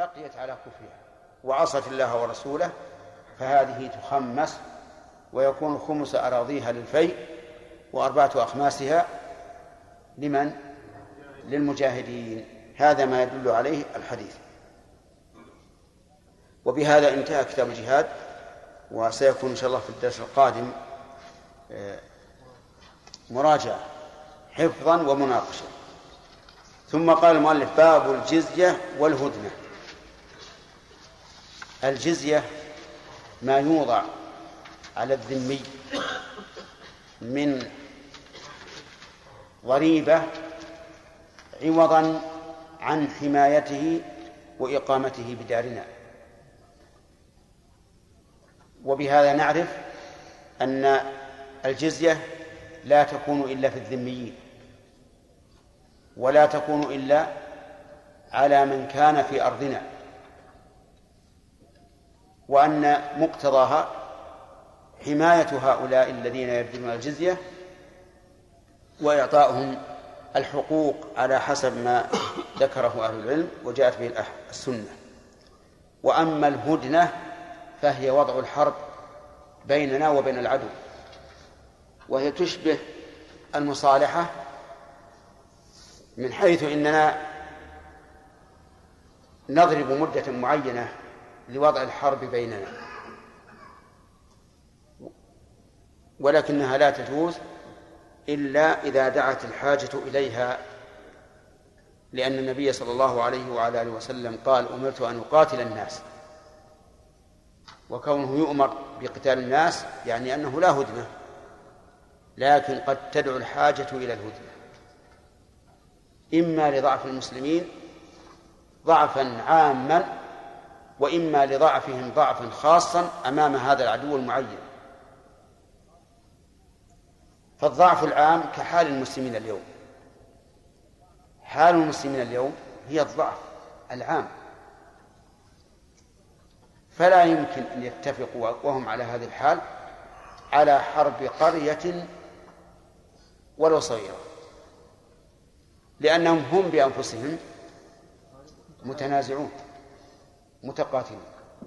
بقيت على كفرها وعصت الله ورسوله فهذه تخمس ويكون خمس أراضيها للفيء وأربعة أخماسها لمن؟ للمجاهدين. هذا ما يدل عليه الحديث. وبهذا انتهى كتاب الجهاد، وسيكون إن شاء الله في الدرس القادم مراجعة حفظا ومناقشة. ثم قال المؤلف: باب الجزية والهدنة. الجزية ما يوضع على الذمي من ضريبة عوضا عن حمايته وإقامته بدارنا. وبهذا نعرف أن الجزية لا تكون إلا في الذميين، ولا تكون إلا على من كان في أرضنا، وأن مقتضاها حماية هؤلاء الذين يبذلون الجزية وإعطاؤهم الحقوق على حسب ما ذكره أهل العلم وجاءت به السنة. وأما الهدنة فهي وضع الحرب بيننا وبين العدو، وهي تشبه المصالحة من حيث إننا نضرب مدة معينة لوضع الحرب بيننا، ولكنها لا تجوز إلا إذا دعت الحاجة إليها، لأن النبي صلى الله عليه وعلى آله وسلم قال: أمرت أن أقاتل الناس. وكونه يؤمر بقتال الناس يعني أنه لا هدنة، لكن قد تدعو الحاجة إلى الهدنة، إما لضعف المسلمين ضعفا عاما، وإما لضعفهم ضعفا خاصا أمام هذا العدو المعين. فالضعف العام كحال المسلمين اليوم، حال المسلمين اليوم هي الضعف العام، فلا يمكن أن يتفقوا وهم على هذه الحال على حرب قرية ولو صغيرة، لأنهم هم بأنفسهم متنازعون متقاتلون،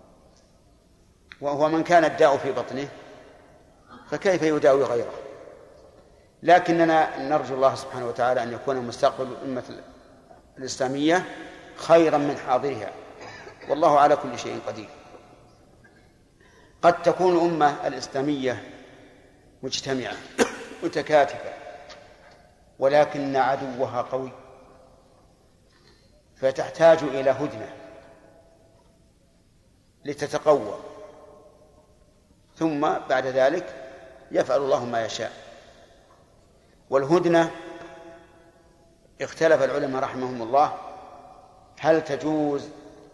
وهو من كان الداء في بطنه فكيف يداوي غيره. لكننا نرجو الله سبحانه وتعالى أن يكون مستقبل الأمة الإسلامية خيرا من حاضرها، والله على كل شيء قدير. قد تكون الأمة الإسلامية مجتمعة متكاتفة، ولكن عدوها قوي، فتحتاج إلى هدنة لتتقوى، ثم بعد ذلك يفعل الله ما يشاء. والهدنة اختلف العلماء رحمهم الله هل تجوز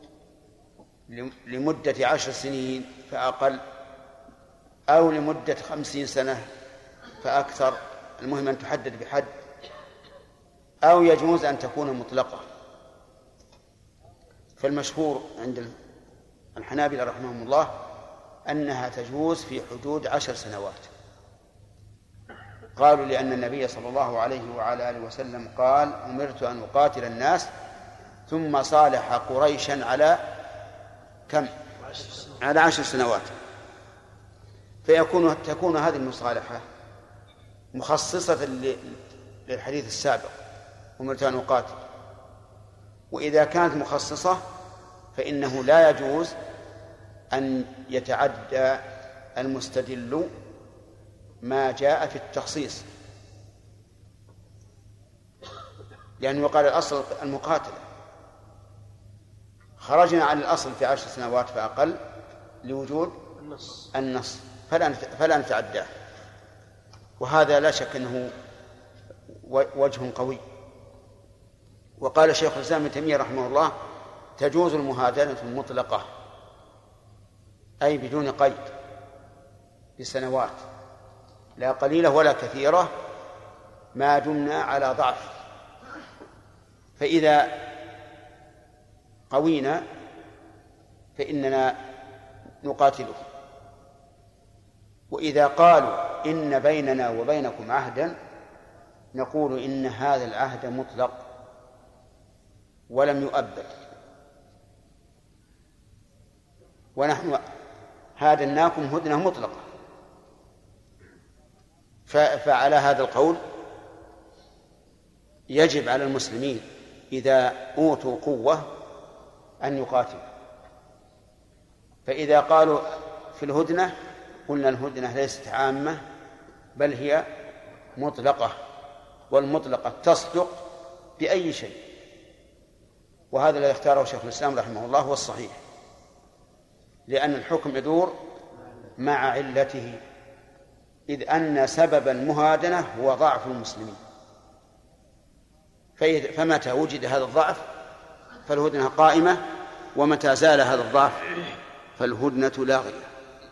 لمدة 10 سنين فأقل، أو لمدة 50 سنة فأكثر، المهم أن تحدد بحد، أو يجوز أن تكون مطلقة. فالمشهور عند الحنابلة رحمهم الله أنها تجوز في حدود 10 سنوات. قالوا لأن النبي صلى الله عليه وعلى آله وسلم قال: أمرت أن أقاتل الناس، ثم صالح قريشا على كم؟ على 10 سنوات. تكون هذه المصالحة مخصصة للحديث السابق أمرت أن أقاتل، وإذا كانت مخصصة فإنه لا يجوز أن يتعدى المستدل ما جاء في التخصيص، لأنه يقال الأصل المقاتلة، خرجنا عن الأصل في 10 سنوات فأقل لوجود النص فلا نتعداه، وهذا لا شك أنه وجه قوي. وقال شيخ الإسلام ابن تيمية رحمه الله: تجوز المهادنة المطلقة، أي بدون قيد، بسنوات لا قليلة ولا كثيرة، ما دمنا على ضعف. فإذا قوينا فإننا نقاتله، وإذا قالوا إن بيننا وبينكم عهدا نقول إن هذا العهد مطلق ولم يؤبد، ونحن هادناكم هدنة مطلقة. فعلى هذا القول يجب على المسلمين إذا أوتوا قوة أن يقاتلوا. فإذا قالوا في الهدنة قلنا الهدنة ليست عامة بل هي مطلقة، والمطلقة تصدق بأي شيء، وهذا الذي اختاره شيخ الإسلام رحمه الله هو الصحيح، لأن الحكم يدور مع علته، إذ أن سبب المهادنة هو ضعف المسلمين، فمتى وجد هذا الضعف فالهدنة قائمة، ومتى زال هذا الضعف فالهدنة لاغية.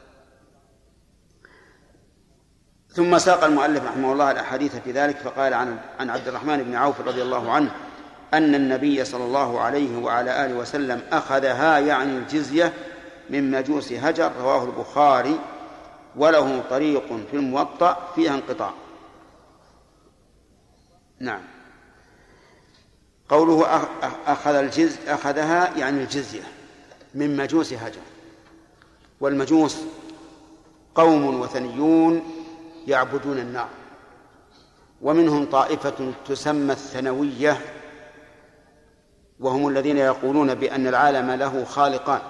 ثم ساق المؤلف رحمه الله الأحاديث في ذلك، فقال عن عبد الرحمن بن عوف رضي الله عنه أن النبي صلى الله عليه وعلى آله وسلم أخذها يعني الجزية من مجوس هجر، رواه البخاري، وله طريق في الموطأ فيها انقطاع. نعم. قوله أخذها يعني الجزية من مجوس هجر، والمجوس قوم وثنيون يعبدون النار، ومنهم طائفة تسمى الثنوية، وهم الذين يقولون بأن العالم له خالقان،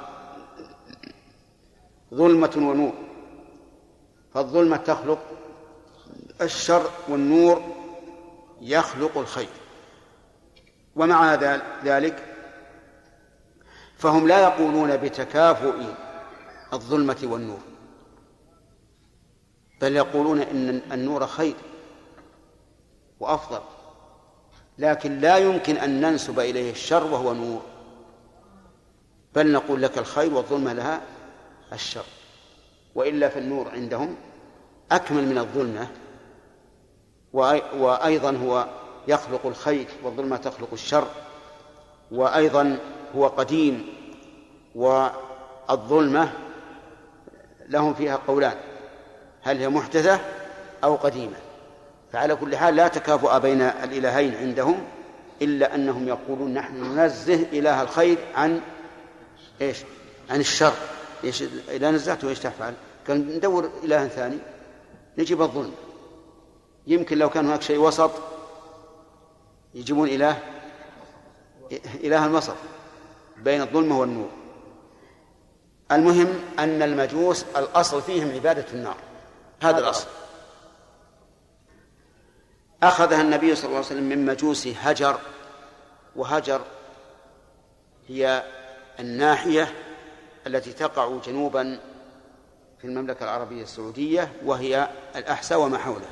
ظلمة ونور، فالظلمة تخلق الشر والنور يخلق الخير. ومع ذلك فهم لا يقولون بتكافؤ الظلمة والنور، بل يقولون إن النور خير وأفضل، لكن لا يمكن أن ننسب إليه الشر وهو نور، بل نقول لك الخير والظلمة لها الشر. وإلا فالنور عندهم أكمل من الظلمة، وأيضا هو يخلق الخير والظلمة تخلق الشر، وأيضا هو قديم، والظلمة لهم فيها قولان، هل هي محدثة أو قديمة. فعلى كل حال لا تكافؤ بين الإلهين عندهم، إلا أنهم يقولون نحن ننزه إله الخير عن إيش؟ عن الشر. إيش إذا نزهته إيش تفعل؟ كان ندور إله ثاني نجيب الظلم، يمكن لو كان هناك شيء وسط يجيبون إله الوسط بين الظلمة والنور. المهم أن المجوس الأصل فيهم عبادة النار، هذا الأصل. أخذها النبي صلى الله عليه وسلم من مجوس هجر، وهجر هي الناحية التي تقع جنوبا في المملكة العربية السعودية، وهي الأحساء وما حولها.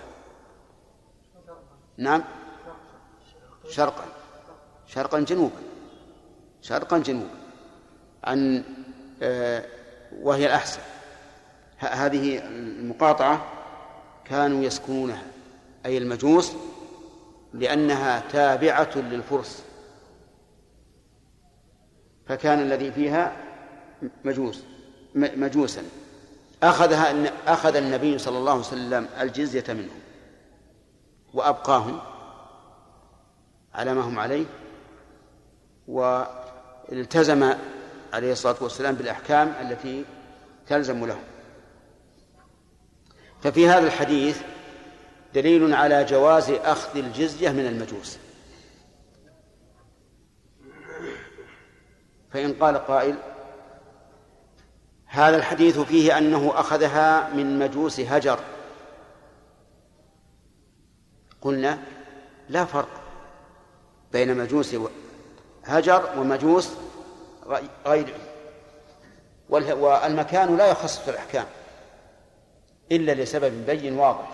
نعم، شرقا جنوبا عن وهي الأحساء. هذه المقاطعة كانوا يسكنونها، أي المجوس، لأنها تابعة للفرس، فكان الذي فيها مجوسا. أخذ النبي صلى الله عليه وسلم الجزية منهم وأبقاهم على ما هم عليه، والتزم عليه الصلاة والسلام بالأحكام التي تلزم لهم. ففي هذا الحديث دليل على جواز أخذ الجزية من المجوس. فإن قال قائل هذا الحديث فيه أنه أخذها من مجوس هجر، قلنا لا فرق بين مجوس هجر ومجوس غيره، والمكان لا يخص في الأحكام إلا لسبب بين واضح.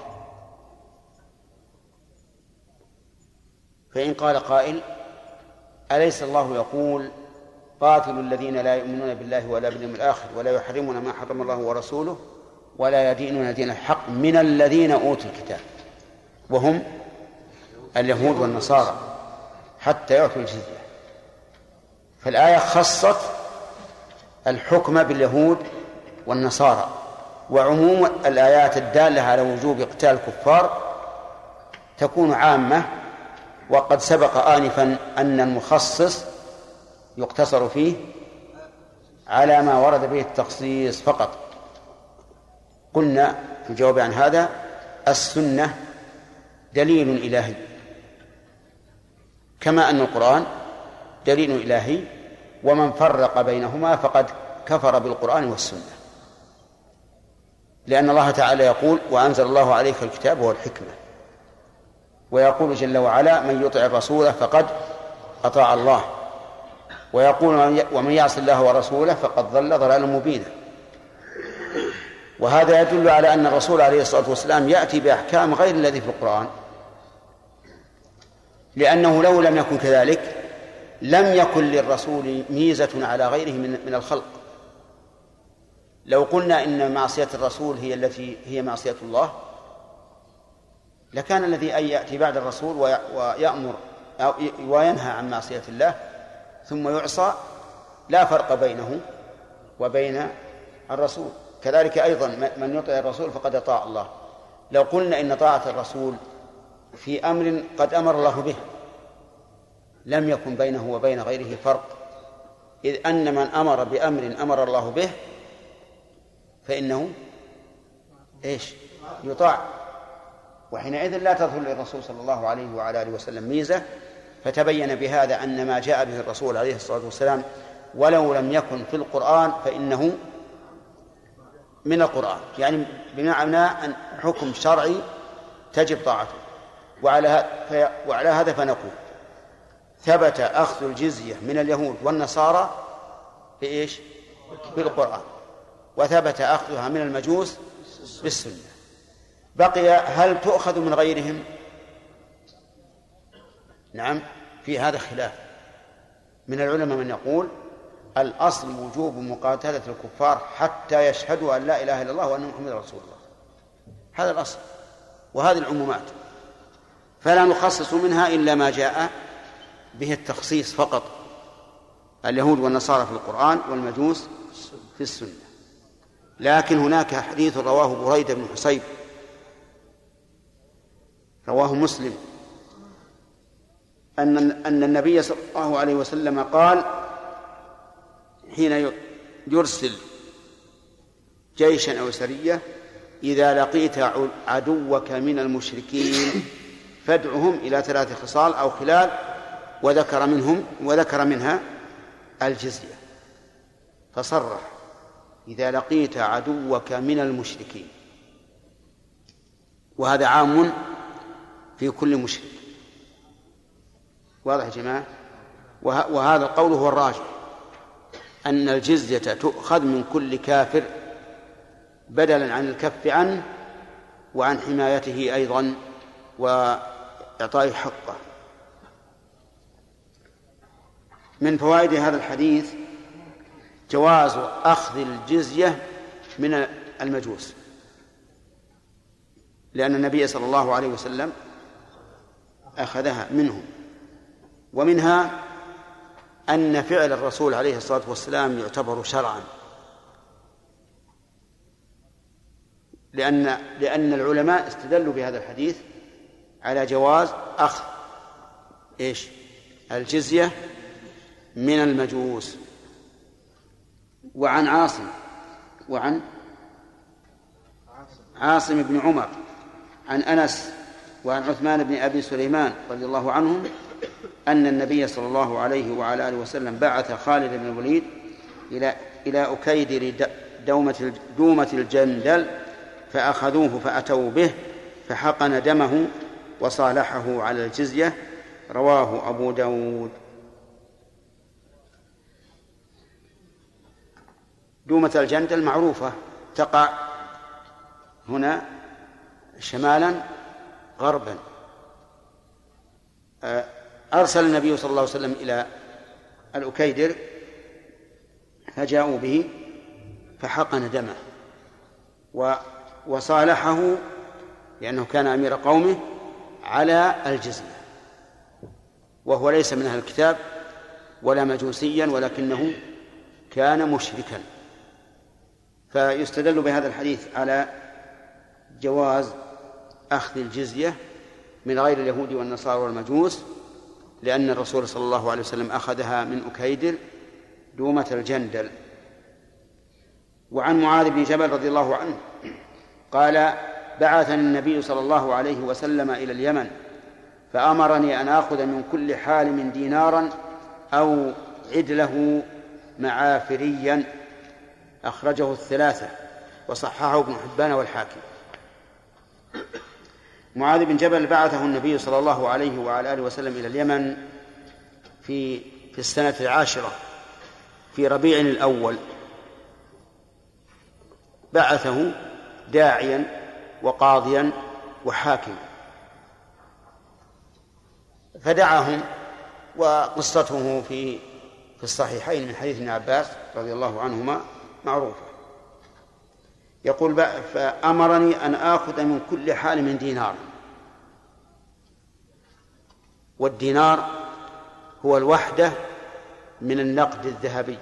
فإن قال قائل أليس الله يقول قاتلوا الذين لا يؤمنون بالله ولا باليوم الآخر ولا يحرمون ما حرم الله ورسوله ولا يدينون دين الحق من الذين أوتوا الكتاب وهم اليهود والنصارى حتى يعطوا الجزية. فالآية خصت الحكم باليهود والنصارى، وعموم الآيات الدالة على وجوب قتال الكفار تكون عامة. وقد سبق آنفا أن المخصص يقتصر فيه على ما ورد به التخصيص فقط. قلنا في الجواب عن هذا: السنة دليل إلهي، كما أن القرآن دليل إلهي، ومن فرق بينهما فقد كفر بالقرآن والسنة، لأن الله تعالى يقول: وأنزل الله عليك الكتاب والحكمة، ويقول جل وعلا: من يطع الرسول فقد أطاع الله، ويقول: ومن يعص الله ورسوله فقد ضل ضلالا مبينا. وهذا يدل على أن الرسول عليه الصلاة والسلام يأتي بأحكام غير الذي في القرآن، لأنه لو لم يكن كذلك لم يكن للرسول ميزة على غيره من الخلق. لو قلنا إن معصية الرسول هي التي هي معصية الله، لكان الذي أن يأتي بعد الرسول ويأمر وينهى عن معصية الله ثم يعصى لا فرق بينه وبين الرسول. كذلك أيضا من يطع الرسول فقد أطاع الله. لو قلنا إن طاعة الرسول في أمر قد أمر الله به لم يكن بينه وبين غيره فرق، إذ أن من أمر بأمر أمر الله به فإنه يطاع، وحينئذ لا تظهر للرسول صلى الله عليه وعلى آله وسلم ميزة. فتبين بهذا أن ما جاء به الرسول عليه الصلاة والسلام ولو لم يكن في القرآن فإنه من القرآن، يعني بمعنى أن حكم شرعي تجب طاعته. وعلى هذا فنقول: ثبت أخذ الجزية من اليهود والنصارى بالقرآن، وثبت أخذها من المجوس بالسنة. بقي هل تؤخذ من غيرهم؟ نعم، في هذا خلاف. من العلماء من يقول: الأصل وجوب مقاتلة الكفار حتى يشهدوا أن لا إله إلا الله وأن محمدا رسول الله. هذا الأصل، وهذه العمومات فلا نخصص منها إلا ما جاء به التخصيص فقط: اليهود والنصارى في القرآن والمجوس في السنة. لكن هناك حديث رواه بريدة بن حصيب رواه مسلم أن النبي صلى الله عليه وسلم قال حين يرسل جيشا أو سرية: إذا لقيت عدوك من المشركين فادعهم إلى 3 خصال أو خلال، وذكر منها الجزية، فصرح: إذا لقيت عدوك من المشركين. وهذا عام في كل مشرك. واضح يا جماعة؟ وهذا القول هو الراجح، أن الجزية تؤخذ من كل كافر بدلا عن الكف عنه وعن حمايته أيضا وإعطائه حقه. من فوائد هذا الحديث جواز أخذ الجزية من المجوس، لأن النبي صلى الله عليه وسلم أخذها منهم. ومنها أن فعل الرسول عليه الصلاة والسلام يعتبر شرعا، لأن العلماء استدلوا بهذا الحديث على جواز أخذ الجزية من المجوس. وعن عاصم بن عمر عن أنس وعن عثمان بن أبي سليمان رضي الله عنهم أن النبي صلى الله عليه وعلى آله وسلم بعث خالد بن الوليد إلى أكيدر دومة الجندل، فأخذوه فأتوا به فحقن دمه وصالحه على الجزية. رواه أبو داود. دومة الجندل معروفة، تقع هنا شمالا غربا. أرسل النبي صلى الله عليه وسلم إلى الأكيدر فجاءوا به فحقن دمه وصالحه، لأنه كان أمير قومه، على الجزية، وهو ليس من أهل الكتاب ولا مجوسيا، ولكنه كان مشركا. فيستدل بهذا الحديث على جواز أخذ الجزية من غير اليهود والنصارى والمجوس، لأن الرسول صلى الله عليه وسلم أخذها من أكيدر دومة الجندل وعن معاذ بن جبل رضي الله عنه قال بعثني النبي صلى الله عليه وسلم إلى اليمن فأمرني أن آخذ من كل حالم دينارا أو عدله معافريا. أخرجه الثلاثة وصححه ابن حبان والحاكم. معاذ بن جبل بعثه النبي صلى الله عليه وعلى آله وسلم إلى اليمن في السنة 10 في ربيع الأول. بعثه داعيا وقاضيا وحاكما فدعاهم، وقصته في الصحيحين من حديث ابن عباس رضي الله عنهما معروفة. يقول فأمرني أن آخذ من كل حالم دينار، والدينار هو الوحدة من النقد الذهبي،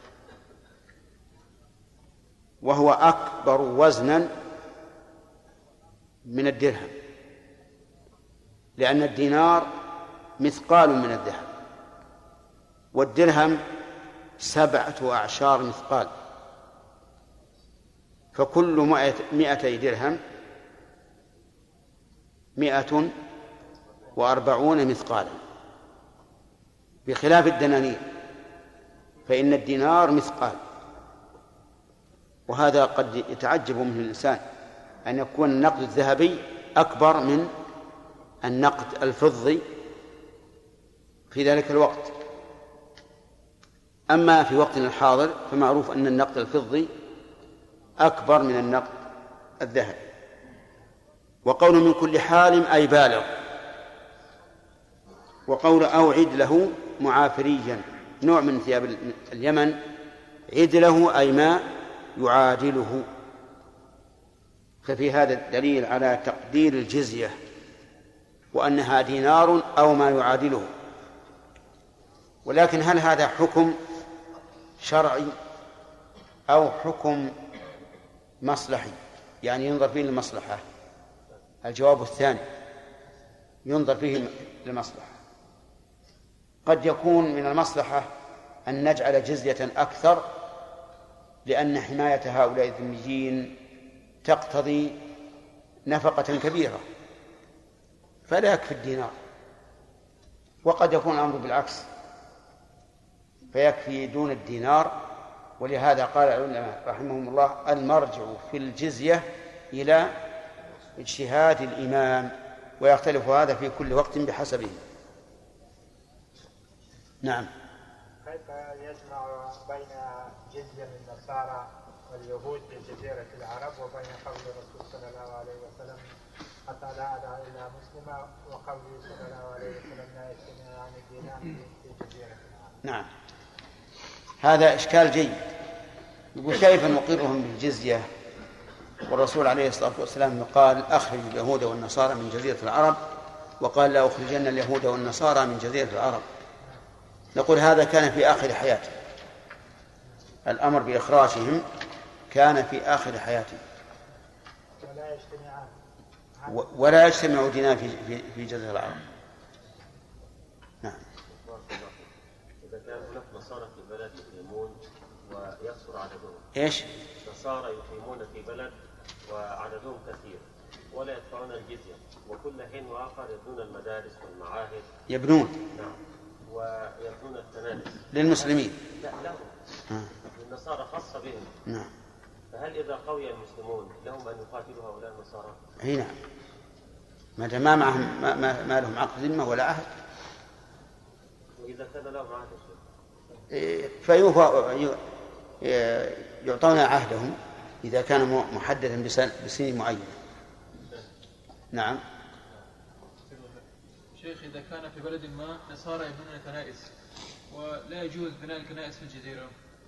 وهو أكبر وزنا من الدرهم، لأن الدينار مثقال من الذهب، والدرهم 7 أعشار مثقال، فكل 100 درهم 140 مثقالا، بخلاف الدنانير فإن الدينار مثقال. وهذا قد يتعجب منه الإنسان أن يكون النقد الذهبي أكبر من النقد الفضي في ذلك الوقت. أما في وقتنا الحاضر فمعروف أن النقد الفضي أكبر من النقد الذهبي. وقول من كل حال أي بالغ، وقول أو عدله معافريا، نوع من ثياب اليمن، عدله أي ما يعادله. ففي هذا الدليل على تقدير الجزية وأنها دينار أو ما يعادله. ولكن هل هذا حكم شرعي أو حكم مصلحي؟ يعني ينظر فيه للمصلحة. الجواب الثاني، ينظر فيه للمصلحة. قد يكون من المصلحة أن نجعل جزية أكثر، لأن حماية هؤلاء الذميين تقتضي نفقة كبيرة فلا يكفي الدينار. وقد يكون الأمر بالعكس فيكفي دون الدينار. ولهذا قال العلماء رحمهم الله المرجع في الجزية إلى اجتهاد الإمام، ويختلف هذا في كل وقت بحسبه. نعم. كيف يجمع بين جزية النصارى واليهود في جزيرة العرب وبين قول الرسول صلى الله عليه وسلم حتى لا أدع إلا مسلمة، وقوله صلى الله عليه وسلم لا يجتمع عن الدينار في جزيرة العرب؟ نعم، هذا إشكال جيد. يقول كيف نقرهم بالجزية والرسول عليه الصلاة والسلام قال أخرج اليهود والنصارى من جزيرة العرب، وقال لا أخرجن اليهود والنصارى من جزيرة العرب. نقول هذا كان في آخر حياته، الأمر بإخراجهم كان في آخر حياته، ولا يجتمع دينار في جزيرة العرب. نعم. إذا كان هناك نصارى في بلد يقيمون ويكثر عددهم، إيش؟ نصارى يقيمون في بلد وعددهم كثير ولا يدفعون الجزية، وكل حين وآخر يبنون المدارس والمعاهد. يبنون؟ نعم. ويبنون الكنائس للمسلمين؟ لا، لهم. النصارى خاصة بهم. نعم. فهل إذا قوي المسلمون لهم أن يقاتلوا هؤلاء النصارى؟ أي نعم، ما دام ما معهم ما لهم عقد ذمة ولا عهد. وإذا كان لهم عهد يعطون عهدهم إذا كان محددا بسن معينة. نعم. شيخ، إذا كان في بلد ما نصارى يبنون الكنائس ولا يجوز بناء الكنائس في الجزيرة،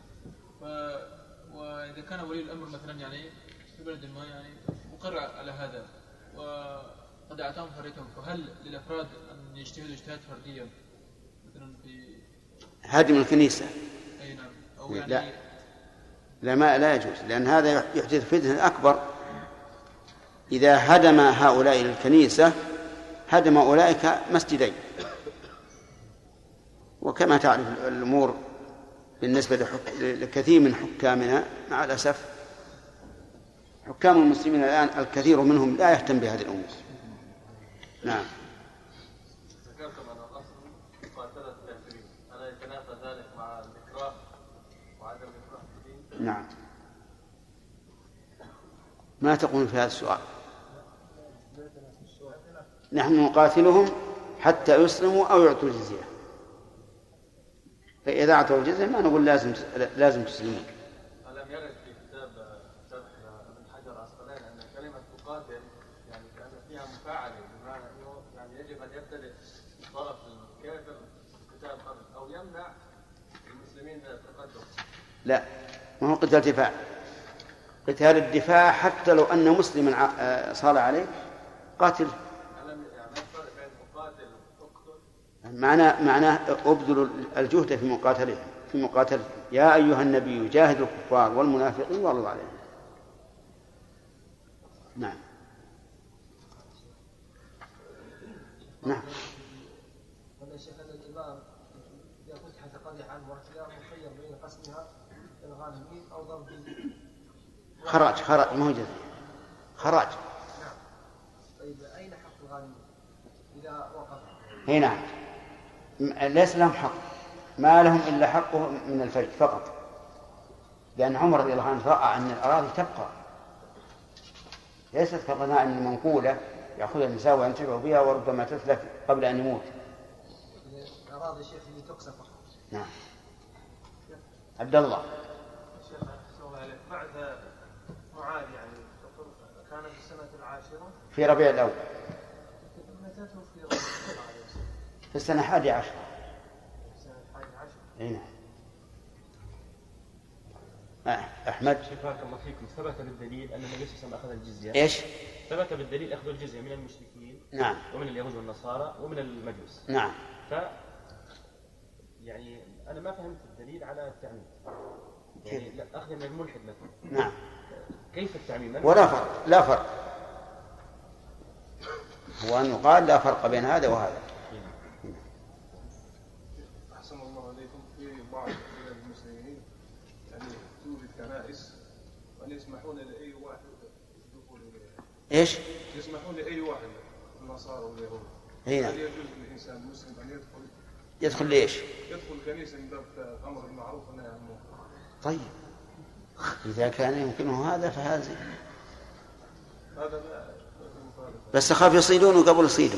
وإذا كان ولي الأمر مثلا يعني في بلد ما يعني مقر على هذا وقد أعطاهم حريتهم، فهل للأفراد أن يجتهدوا اجتهاد فرديا مثلا في هدم الكنيسة؟ أي نعم. أو يعني لا يجوز، لأن هذا يحدث فتنة أكبر. إذا هدم هؤلاء الكنيسة هدم أولئك مسجدين. وكما تعرف الأمور بالنسبة لكثير من حكامنا مع الأسف حكام المسلمين الآن الكثير منهم لا يهتم بهذه الأمور. نعم. ذكرتم أن الأصل مقاتلة الكافرين، ألا يتنافى ذلك مع الإكراه وعدم الإكراه في الدين؟ نعم. ما تقول في هذا السؤال؟ نحن نقاتلهم حتى يسلموا أو يعطوا الجزية، فإذا أعطوا الجزية ما نقول لازم تسلمون. ألم يرد في كتاب ابن حجر العسقلاني أن كلمة تقاتل يعني كأن فيها مفاعلة، بمعنى أنه يعني يجب أن يبتدئ طرف الكافر قتال قبل أو يمنع المسلمين من التقدم؟ لا، ما هو قتال دفاع. قتال الدفاع حتى لو أن مسلما صار عليه قاتل. معناه أبذل الجهد في مقاتله يا أيها النبي جاهد الكفار والمنافقين والله عليهم. نعم. نعم. هذا شيخ الإمام إذا فتحت قدحا واحتلام مخير بين قسمها الغانمين أو ضرب خراج ما هو جزية، خراج. نعم. طيب أين حق الغانمين إذا وقف؟ هنا ليس لهم حق، ما لهم إلا حقه من الفيء فقط، لأن عمر رضي الله عنه رأى أن الأراضي تبقى ليست كغنائم منقولة يأخذها النساء وينتفعوا بها وربما تتلف قبل أن يموت. الأراضي شيخ اللي تقسم فقط. نعم. عبد الله. شيخ أحسن عليك، بعد معاذ يعني كان في السنة 10 في ربيع الأول. متى توفي رسول الله عليه وسلم؟ في السنة 11. السنة 11. نعم. أحمد. بارك الله فيكم، ثبت بالدليل أن النبي صلى الله عليه وسلم أخذ الجزية. إيش؟ ثبت بالدليل أخذ الجزية من المشركين. نعم. ومن اليهود والنصارى ومن المجوس. نعم. يعني أنا ما فهمت الدليل على التعميم. يعني أخذ من الملحد مثلا. نعم. كيف التعميم؟ ولا فرق، لا فرق. هو أن يقال لا فرق بين هذا وهذا. أحسن الله عليكم. في بعض المسلمين يعني توجد كنائس وأن يسمحون لأي واحد الدخول إليها. إيش؟ يسمحون لأي واحد النصارى واليهود. هنا. هل يجوز للإنسان المسلم أن يدخل ليش؟ يدخل كنيسة من باب الأمر بالمعروف والنهي عن المنكر؟ طيب إذا كان يمكنه هذا فهذا بس أخاف يصيدونه قبل يصيدوا.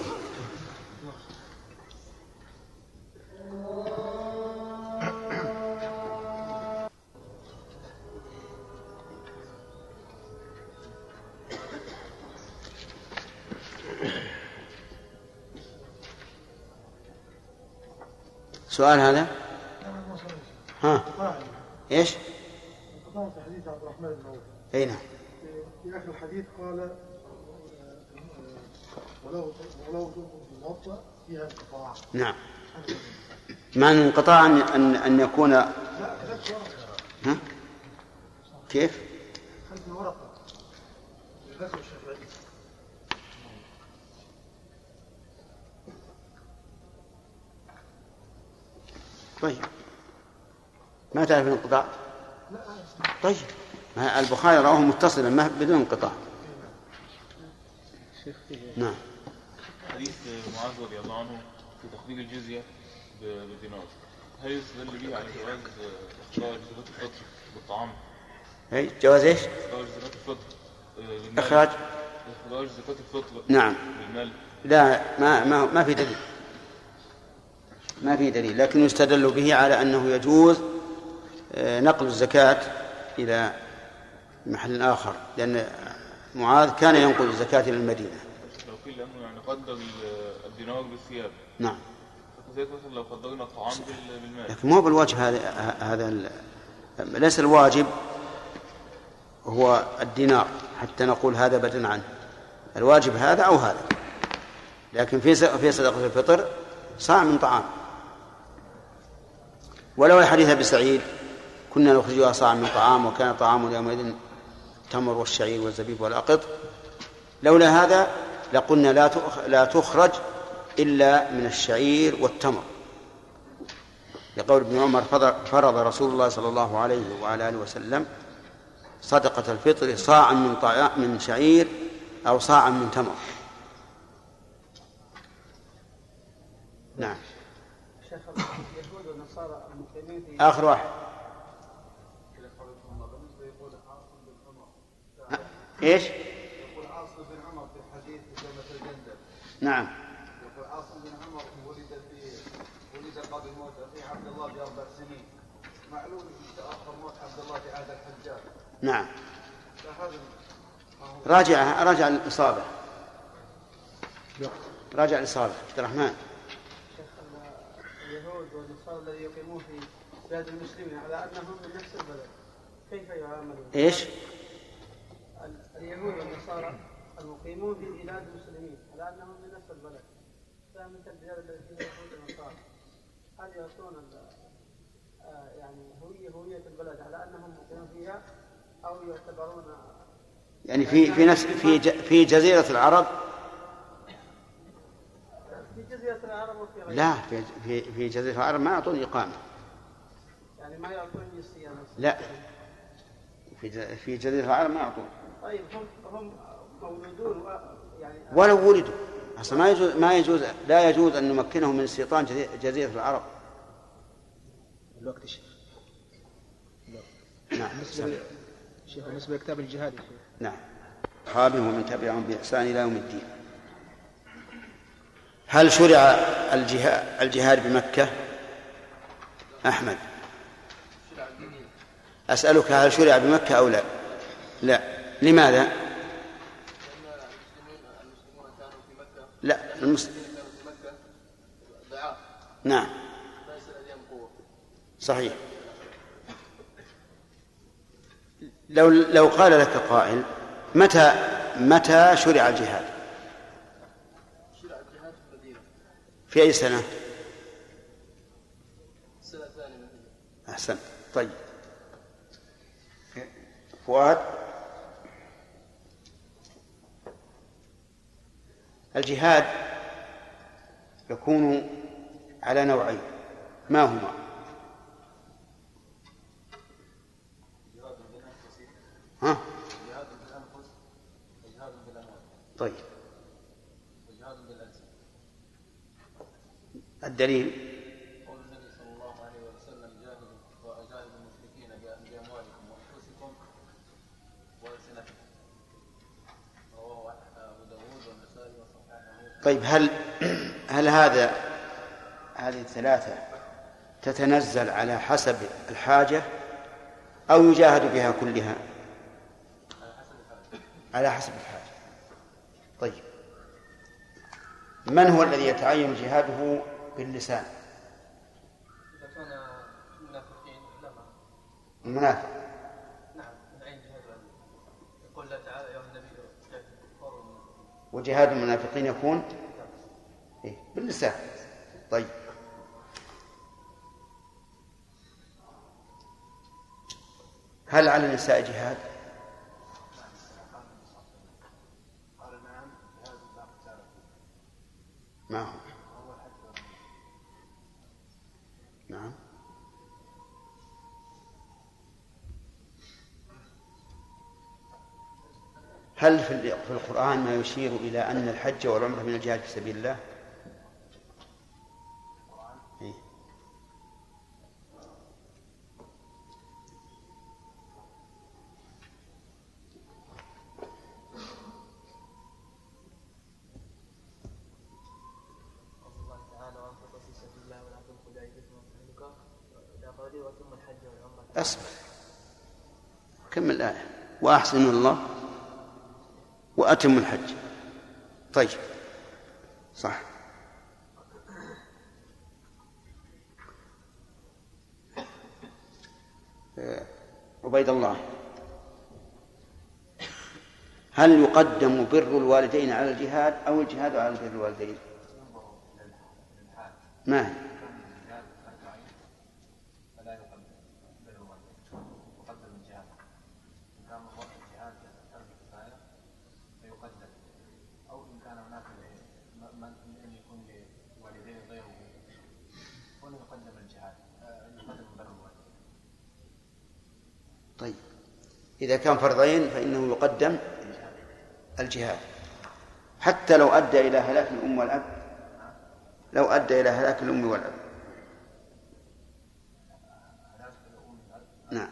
سؤال هذا؟ ها؟ إيش؟ انقطاع في حديث عبد الرحمن بن عوف. أي نعم. في آخر الحديث قال ولو الموطأ فيها انقطاع. نعم. معنى الانقطاع أن يكون. لا كتبت ورقة. ها؟ كيف؟ خلفنا ورقة للرسم الشافعي. طيب ما تعرف الانقطاع؟ طيب البخاري رواه متصلا ما بدون انقطاع. نعم. حديث معاذ رضي الله عنه في تخفيض الجزية بالدينار، هل يستدل به على جواز إخراج زكاة الفطر بالطعام؟ أي جواز إيش؟ إخراج زكاة الفطر إخراج زكاة الفطر نعم بالمال. لا ما في دليل، ما في دليل، لكن يستدل به على أنه يجوز نقل الزكاة إلى محل آخر، لأن معاذ كان ينقل الزكاة إلى المدينة. لو قيل أنه يعني قدر الدينار بالثياب. نعم. فكذلك مثلا لو قدرنا الطعام بالمال. لكن مو بالواجب هذا ليس الواجب هو الدينار حتى نقول هذا بدل عنه، الواجب هذا أو هذا. لكن في صدقة الفطر صاع من طعام. ولو الحديث بسعيد كنا نخرجها صاع من طعام وكان طعام يومئذ التمر والشعير والزبيب والأقط، لولا هذا لقلنا لا تخرج إلا من الشعير والتمر، لقول ابن عمر فرض رسول الله صلى الله عليه وعلى آله وسلم صدقة الفطر صاعا من شعير أو صاعا من تمر. نعم. آخر واحد. إيش؟ يقول عاصم بن عمر في حديث كلمة الجندل. نعم. يقول عاصم بن عمر ولد قبل موت أخيه عبد الله ب4 سنين. معلوم تأخر موت عبد الله في عهد الحجاج. نعم. فهذا راجع الإصابة. راجع الإصابة. عبد الرحمن. اليهود والنصارى الذين يقيمون في بلاد المسلمين على أنهم من نفس البلد كيف يعاملون؟ إيش؟ اليهود والنصارى المقيمون في بلاد المسلمين على أنهم من نفس البلد فمثل البلاد التي فيها يهود والنصارى هل يعطون يعني هوية البلد على أنهم مقيمون فيها أو يعتبرون يعني في جزيرة العرب؟ في جزيرة العرب وفي غيرها. لا، في جزيرة العرب ما يعطون إقامة. يعني ما يعطون جنسية. لا، في جزيرة العرب ما يعطون. طيب هم مولودون يعني ولو ولدوا أصلا لا يجوز أن نمكنهم من استيطان جزيرة العرب. الوقت الشيخ. نعم. شيخ بالنسبة لكتاب الجهاد. نعم. أصحابه ومن تبعهم بإحسان إلى يوم الدين. هل شرع الجهاد بمكة؟ أحمد أسألك هل شرع بمكة أو لا؟ لا. لماذا؟ لا، المسلمين كانوا في مكة ضعاف. نعم صحيح. لو قال لك قائل متى شرع الجهاد؟ شرع الجهاد في المدينة. في أي سنة؟ السنة الثانية من الهجرة. أحسن. طيب فؤاد. الجهاد يكون على نوعين، ما هما؟ ها؟ جهاد بالأنفس وجهاد بالأموال. طيب وجهاد بالأجساد. الدليل؟ قول النبي صلى الله عليه وسلم جاهدوا وأجاهدوا المشركين بأموالكم وأنفسكم وألسنتكم. رواه أبو داود والنسائي وصححه. طيب هل هذه الثلاثة تتنزل على حسب الحاجة أو يجاهد بها كلها؟ على حسب الحاجة. طيب من هو الذي يتعين جهاده باللسان؟ إذا كان منافقين لا. المنافق. نعم من عين جهاد يقول الله تعالى يا النبي وجهاد المنافقين يكون باللسان. طيب هل على النساء جهاد؟ ما هو؟ نعم. هل في القرآن ما يشير إلى أن الحج والعمرة من الجهاد في سبيل الله؟ إيه؟ أصبر كمل الآية وأحسنوا الله وأتموا الحج. طيب صح. عبيد الله هل يقدم بر الوالدين على الجهاد أو الجهاد على بر الوالدين؟ ما هي؟ طيب إذا كان فرضين فإنه يقدم الجهاد حتى لو أدى إلى هلاك الأم والأب، لو أدى إلى هلاك الأم والأب. نعم،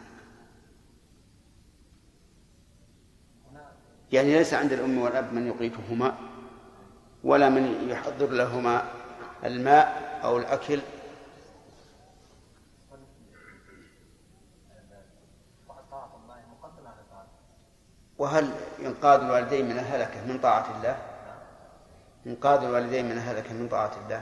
يعني ليس عند الأم والأب من يقيتهما ولا من يحضر لهما الماء أو الأكل. وهل إنقاذ الوالدين من الهلكة من طاعة الله؟ إنقاذ الوالدين من الهلكة من طاعة الله؟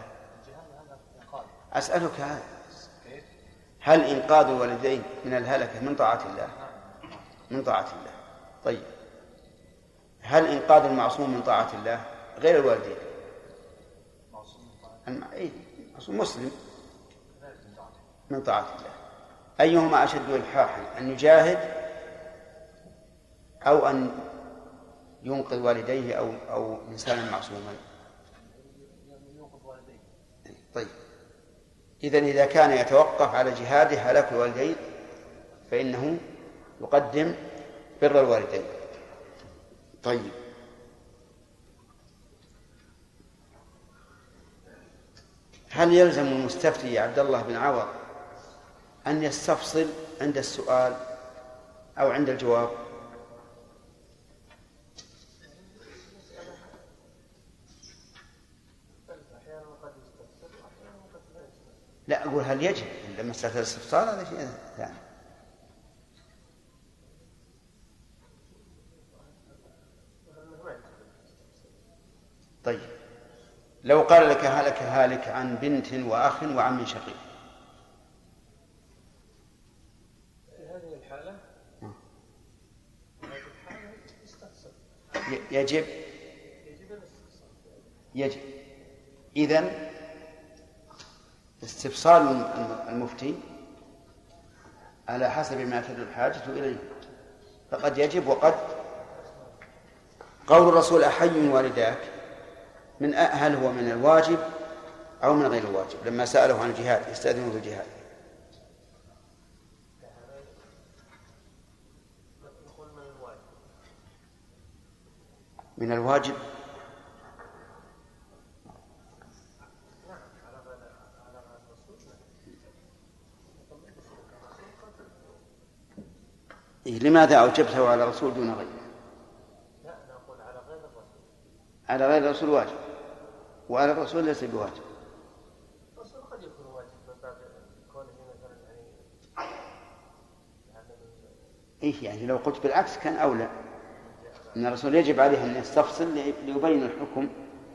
أسألك هذا، هل إنقاذ الوالدين من الهلكة من طاعة الله؟ من طاعة الله. طيب، هل إنقاذ المعصوم من طاعة الله غير الوالدين؟ معصوم مسلم من طاعة الله. أيهما أشد إلحاحا، أن يجاهد أو أن ينقذ والديه أو إنسانا معصوما؟ طيب، إذا كان يتوقف على جهاده هلاك الوالدين فإنه يقدم بر الوالدين. طيب، هل يلزم المستفتي عبد الله بن عوض أن يستفصل عند السؤال أو عند الجواب؟ لا، أقول هل يجب عند مسألة الاستفصال؟ هذا شيء ثاني. طيب، لو قال لك هلك هالك عن بنت وأخ وعم شقيق، في هذه الحالة يجب إذن استفصال المفتي على حسب ما تدل الحاجة إليه، فقد يجب وقد. قول الرسول أحي والداك، من هل هو من الواجب أو من غير الواجب؟ لما سأله عن الجهاد يستأذنه في الجهاد، من الواجب. لماذا أوجبته على الرسول دون غيره؟ لا، نقول على غير الرسول. على غير الرسول واجب، وعلى الرسول ليس بواجب. الرسول قد يكون واجب من باب كونه مثلا يعني لو قلت بالعكس كان أولى، أن الرسول يجب عليه أن يستفصل ليبين الحكم.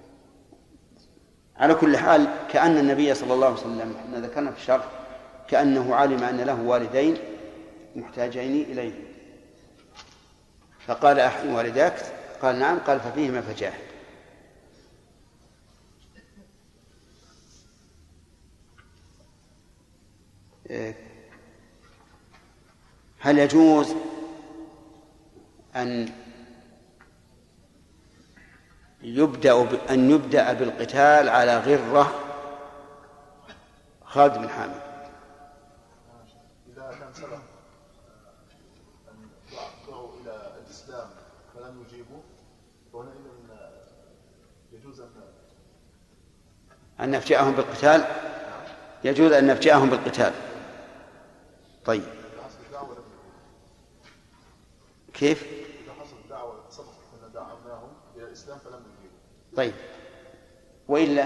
على كل حال كأن النبي صلى الله عليه وسلم احنا ذكرنا في الشرح كأنه علم أن له والدين محتاجين إليه، فقال أحي والداك، قال نعم، قال ففيهما فجاهد. هل يجوز أن يبدأ بالقتال على غرة خالد بن حامد؟ إذا كان سبق أن دعوا إلى الإسلام فلم يجيبوا فهنا يجوز أن نفجأهم بالقتال، يجوز أن نفجأهم بالقتال. طيب، كيف؟ إذا حصل دعوة سبق أن دعوناهم إلى الإسلام فلم يجيبوا. طيب، وإلا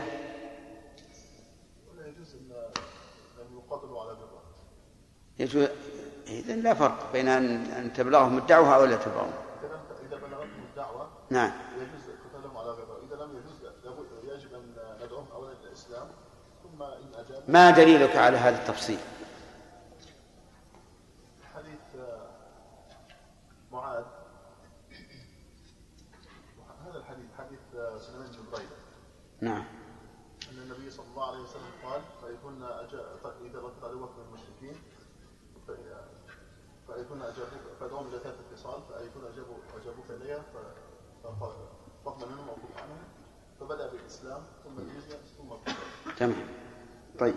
يجوز أن يقاتلوا على جبهة. يجوز. إذن لا فرق بين أن تبلغهم الدعوة أو لا تبلغهم. إذا بلغتهم الدعوة نعم يجوز قتالهم على جبهة، إذا لم يجوز يجب أن ندعوهم أولا إلى الإسلام ثم إن أجاب. ما دليلك على هذا التفصيل؟ حديث معاذ، هذا الحديث حديث سليمان بن بريدة. نعم. أن النبي صلى الله عليه وسلم قال إذا قتلوك من المشركين فيكون أجابوك فدعوهم إلى ثلاثة اتصال، فيكون أجابوك إليها فقبل منهم أو كف عنهم، فبدأ بالإسلام ثم الجزية ثم القتال. تمام. طيب،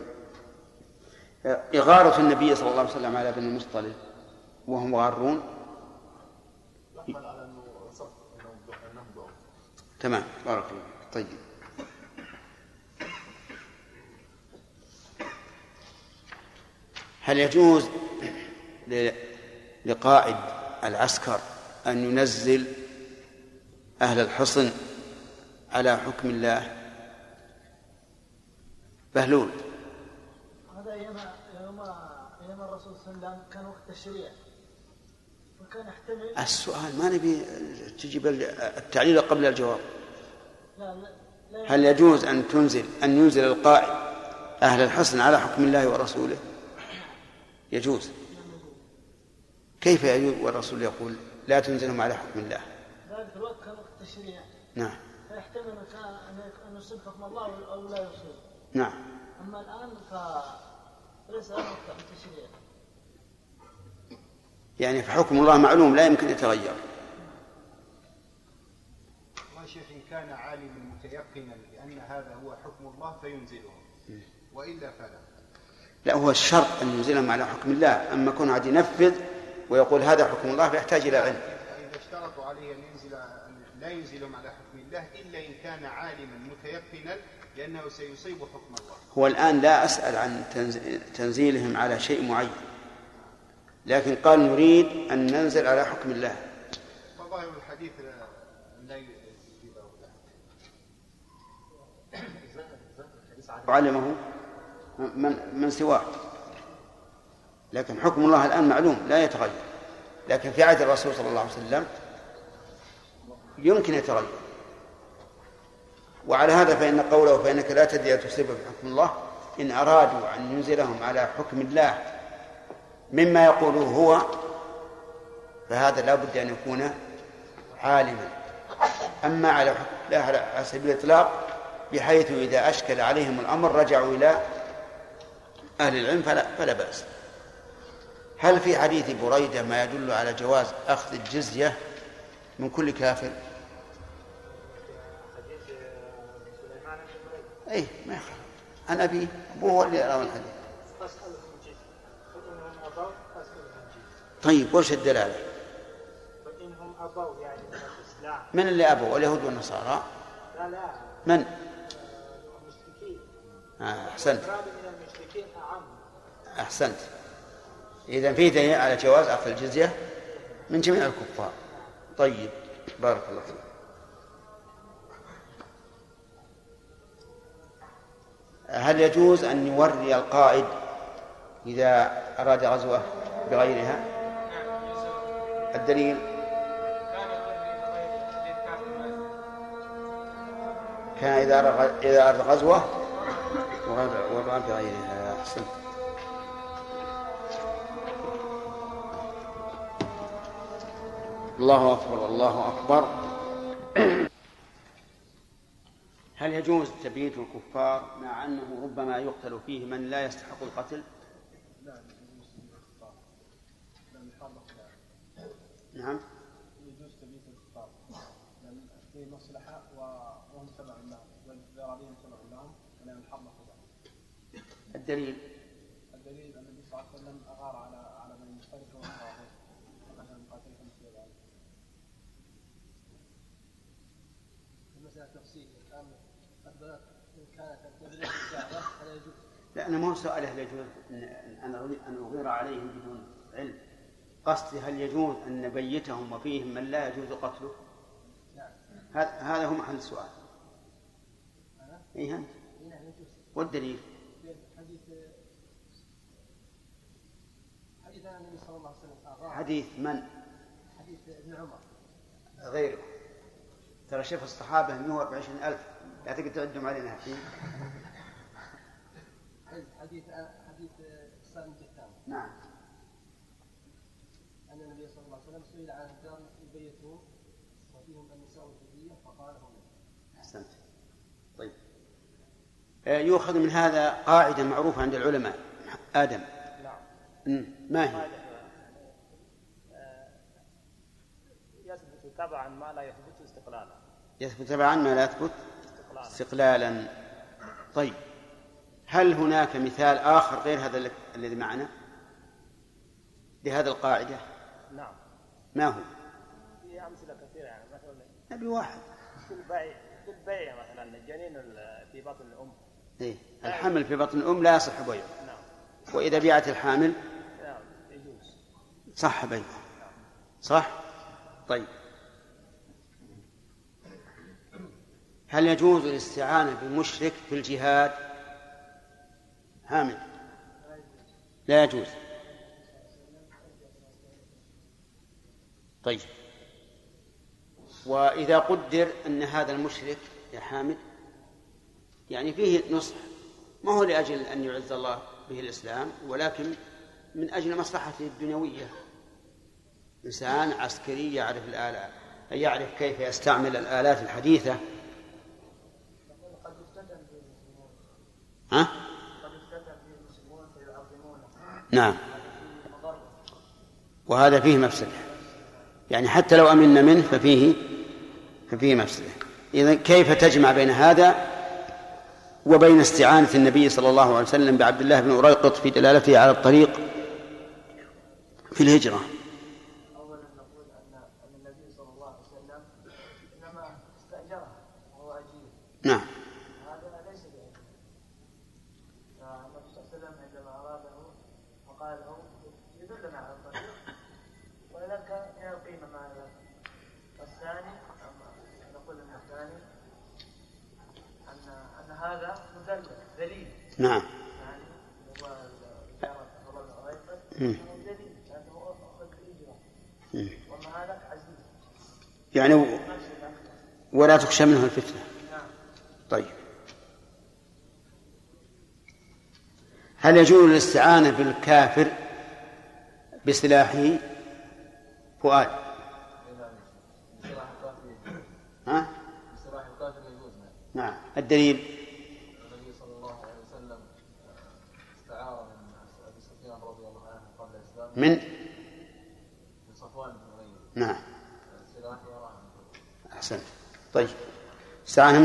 إغارة النبي صلى الله عليه وسلم على بني المصطلق وهم غارون قال على أنه صف أنهم ضعف. تمام، بارك الله. طيب، هل يجوز لقائد العسكر أن ينزل أهل الحصن على حكم الله؟ بهلول. هذا أيام الرسول صلى الله عليه وسلم كان وقت التشريع، وكان يحتمل. السؤال ما نبي تجيب التعليل قبل الجواب. لا هل يجوز أن ينزل القائد أهل الحصن على حكم الله ورسوله؟ يجوز. كيف يجوز والرسول يقول لا تنزلهم على حكم الله؟ ذلك الوقت كان وقت التشريع. نعم. فيحتمل أن يصيب حكم الله أو لا يصيب. نعم. أما الآن فليس وقت التشريع. يعني فحكم الله معلوم لا يمكن يتغير. شيخ إن كان عالما متيقنا بأن هذا هو حكم الله فينزله، وإلا فلا. لا، هو الشرط أن ينزلهم على حكم الله. أما كون عاد ينفذ ويقول هذا حكم الله فيحتاج إلى علم. إذا اشترطوا عليه أن لا ينزلهم على حكم الله إلا إن كان عالما متيقنا لأنه سيصيب حكم الله. هو الآن لا أسأل عن تنزيلهم على شيء معين، لكن قال نريد أن ننزل على حكم الله. وظاهر الحديث لا علمه من سواه، لكن حكم الله الآن معلوم لا يتغير. لكن في عهد الرسول صلى الله عليه وسلم يمكن يتغير. وعلى هذا فإن قوله فإنك لا تدري أن تصيب بحكم الله، إن أرادوا أن ينزلهم على حكم الله مما يقوله هو فهذا لا بد أن يكون عالما. أما على حكم الله على سبيل الإطلاق بحيث إذا أشكل عليهم الأمر رجعوا إلى أهل العلم فلا بأس. هل في حديث بريدة ما يدل على جواز أخذ الجزية من كل كافر؟ أي ما يخالف عن أبي أبوه اللي يرى الحديث. طيب وش الدلالة؟ فإنهم أبوا يعني من الإسلام. من اللي أبوا؟ اليهود والنصارى؟ لا من؟ المشركين. أحسنت. من المشركين أعم. أحسنت. إذن فيه دليل على جواز أخذ الجزية من جميع الكفار. طيب، بارك الله فيك. هل يجوز أن يوري القائد إذا أراد غزوة بغيرها؟ الدليل كان إذا أراد غزوة ورأى بغيرها. أحسنت. الله أكبر الله أكبر. هل يجوز تبييت الكفار مع أنه ربما يقتل فيه من لا يستحق القتل؟ نعم. يجوز تبييت الكفار لأن في مصلحة وهم تبع لهم والإرادين تبع لهم ولأن الحرب خدعة. الدليل النبي صلى الله عليه وسلم أغار على من يشترك ومقاطع مثلا مقاتلهم في ذلك. المسألة تفصيل الآن البلد إن كانت تبلغ الدعوة فلا يجوز. لا، أنا مو سؤال هل يجوز أن أغير عليهم بدون علم. قصدي هل يجوز أن نبيتهم وفيهم من لا يجوز قتله؟ نعم. هذا هو محل السؤال. إيه أنت؟ والدليل؟ حديث النبي صلى الله عليه وسلم. حديث من؟ حديث ابن عمر. غيره. ترى شوف الصحابة 120,000 لا تقدر تعدهم علينا الحين. حديث سالم جثام. نعم. أن النبي صلى الله عليه وسلم سئل عن الدار يبيتون وفيهم النساء والذرية فقال هم. أحسنت. طيب، يؤخذ من هذا قاعدة معروفة عند العلماء. آدم. نعم. ما هي؟ يثبت تبعا ما لا يثبت استقلالا. يثبت تبعا ما لا يثبت استقلالا. طيب، هل هناك مثال آخر غير هذا الذي معنا لهذا القاعدة؟ نعم. ما هو؟ في فيها أمثلة كثيرة يعني مثلا نبي واحد بالبيع مثلا الجنين في بطن الأم. إيه الحمل في بطن الأم لا يصح بيعه. نعم. وإذا بيعت الحامل نعم يجوز صح بيعه. نعم. صح. طيب هل يجوز الاستعانة بمشرك في الجهاد؟ حامل لا يجوز. طيب وإذا قدر أن هذا المشرك يا حامد يعني فيه نصح ما هو لأجل أن يعز الله به الإسلام ولكن من أجل مصلحته الدنيوية، إنسان عسكري يعرف الآلات يعرف كيف يستعمل الآلات الحديثة. ها؟ نعم وهذا فيه مفسدة يعني حتى لو أمنا منه ففيه مفسدة. إذن كيف تجمع بين هذا وبين استعانة النبي صلى الله عليه وسلم بعبد الله بن أريقط في دلالته على الطريق في الهجرة؟ أولا نقول أن النبي صلى الله عليه وسلم إنما استأجره وهو أجير. نعم. هذا ليس بأجير. فالنبي صلى الله عليه وسلم عندما أراده وقال له يدلنا على الطريق ولك من القيمة ما له. والثاني نقول أن الثاني أن هذا مدلل دليل. نعم. يعني هو زيارة الله الأريقط دليل لأنه أخذ الهجرة وما هذا عزيز يعني ولا تخشى منه الفتنة. نعم. طيب هل يجوز الاستعانة بالكافر بسلاحه؟ فؤاد. ها؟ بسلاح الكافر يجوز. نعم. الدليل النبي صلى الله عليه وسلم استعار من أبي سفيان رضي الله عنه قبل الإسلام من صفوان بن أمية. نعم. سلاح يراه. أحسنت. طيب استعار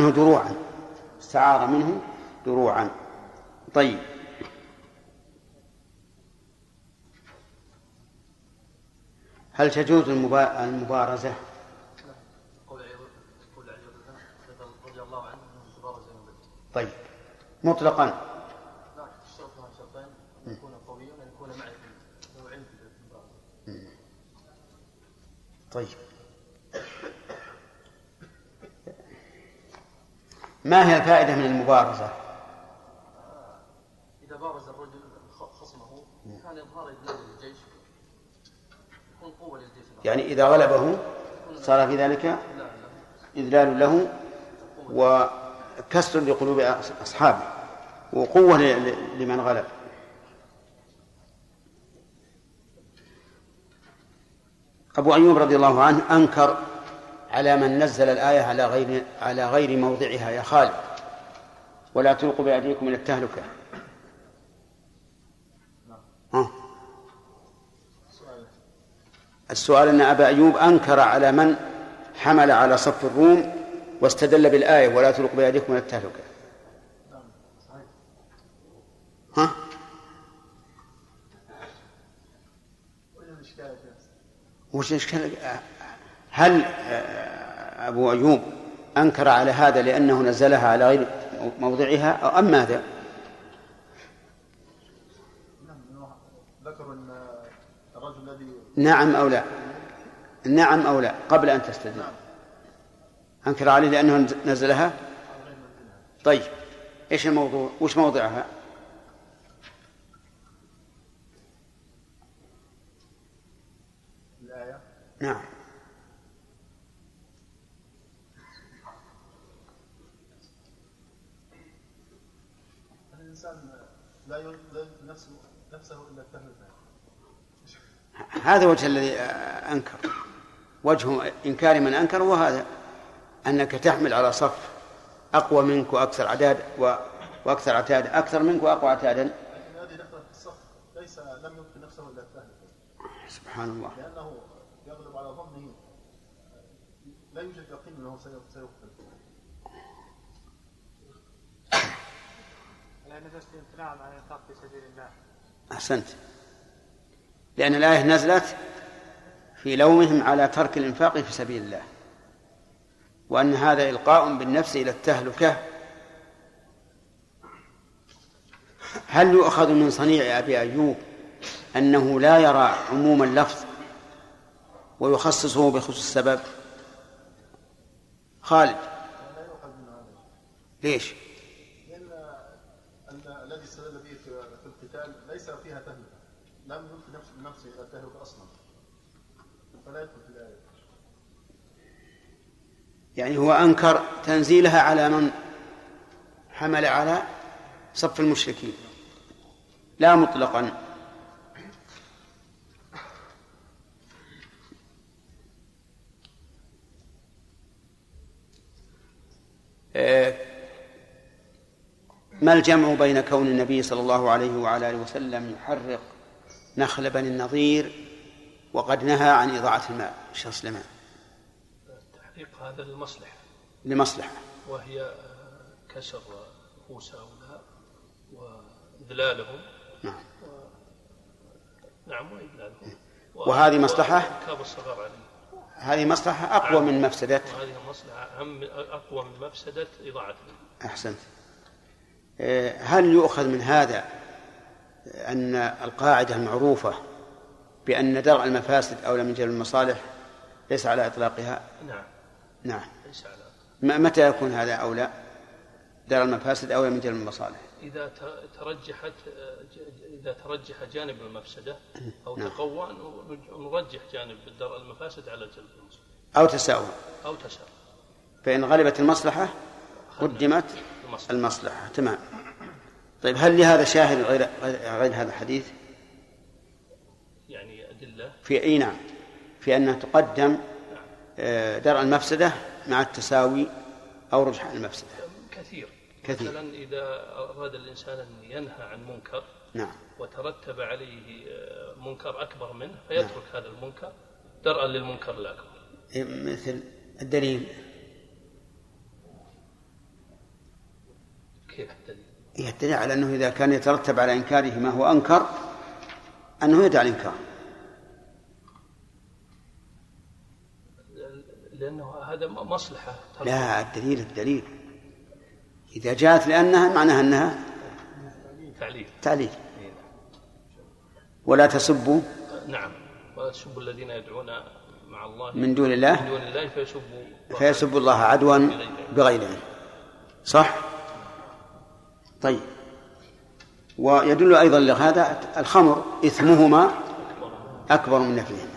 منه دروعا. طيب هل تجوز المبارزة؟ طيب مطلقا. لا الشرط شرطين أن يكون قويا وأن يكون معي ذو علم في المبارزة. طيب ما هي الفائدة من المبارزة؟ إذا بارز الرجل خصمه كان إظهار إذلال للجيش يكون قوة للجيش يعني إذا غلبه صار في ذلك إذلال له وكسر لقلوب أصحابه وقوة لمن غلب. أبو أيوب رضي الله عنه أنكر على من نزل الآية على غير موضعها يا خالد ولا تلقوا بأيديكم إلى التهلكة. السؤال أن أبا أيوب أنكر على من حمل على صف الروم واستدل بالآية ولا تلقوا بأيديكم إلى التهلكة. ها؟ وش الإشكال؟ هل أبو أيوب أنكر على هذا لأنه نزلها على غير موضعها أو أم ماذا؟ ذكر أن الرجل الذي نعم أو لا؟ نعم أو لا قبل أن تستدل. أنكر عليه لأنه نزلها. طيب إيش الموضوع؟ وش موضعها؟ الآية. نعم. الإنسان لا يريد نفسه إلا التهلكة. هذا وجه الذي أنكر، وجه إنكار من أنكر وهذا أنك تحمل على صف أقوى منك وأكثر عداد وأكثر عتاد أكثر منك وأقوى عتادا. لكن هذه دخل في الصف ليس لم يمكن نفسه إلا التهلكة. سبحان الله. لأنه يغلب على ظنه لا يوجد يقين أنه سيقتل. لأن الاستمتاع عن الإنفاق في سبيل الله. أحسنت. لأن الآية نزلت في لومهم على ترك الإنفاق في سبيل الله، وأن هذا إلقاء بالنفس إلى التهلكة. هل يؤخذ من صنيع أبي أيوب أنه لا يرى عموم اللفظ ويخصصه بخصوص السبب؟ خالد ليش؟ لأن الذي استدل به في القتال ليس فيها تهلكة، لم يلقي نفسه إلى التهلكة أصلا، فلا يدخل في الآية. يعني هو أنكر تنزيلها على من حمل على صف المشركين لا مطلقا. ما الجمع بين كون النبي صلى الله عليه وعلى آله وسلم يحرق نخل بني النضير وقد نهى عن إضاعة الماء؟ شخص سليمان. التحريق هذا لمصلحة وهي كسر رؤوس هؤلاء وإذلالهم. نعم. نعم وإذلالهم. وهذه مصلحة. هذه مصلحة أقوى من مفسدة. وهذه مصلحة أقوى من مفسدة إضاعة الماء. أحسنت. هل يؤخذ من هذا أن القاعدة المعروفة بأن درء المفاسد أولى من جلب المصالح ليس على إطلاقها؟ نعم. ليس على. متى يكون هذا أولى؟ درء المفاسد أولى من جلب المصالح إذا ترجح جانب المفسدة أو تقوى نرجح جانب درء المفاسد على جلب المصالح أو تساوي. فإن غلبت المصلحة قدمت المصلحة. تمام. طيب هل لهذا شاهد غير هذا الحديث؟ يعني أدلة في نعم في أنها تقدم درء المفسدة مع التساوي أو رجح المفسدة. كثير. مثلا إذا أراد الإنسان أن ينهى عن منكر نعم وترتب عليه منكر أكبر منه فيترك هذا المنكر درءا للمنكر الأكبر. مثل الدليل. كيف الدليل؟ الدليل على أنه إذا كان يترتب على إنكاره ما هو أنكر أنه يدع الإنكار، لأنه هذا مصلحة. لا، الدليل إذا جاءت لأنها معناها أنها تعليل. ولا تسبوا. نعم. ولا تسبوا الذين يدعون مع الله من دون الله فيسبوا الله عدوا بغير علم. صح. طيب. ويدل أيضا لهذا الخمر إثمهما أكبر من نفعهما.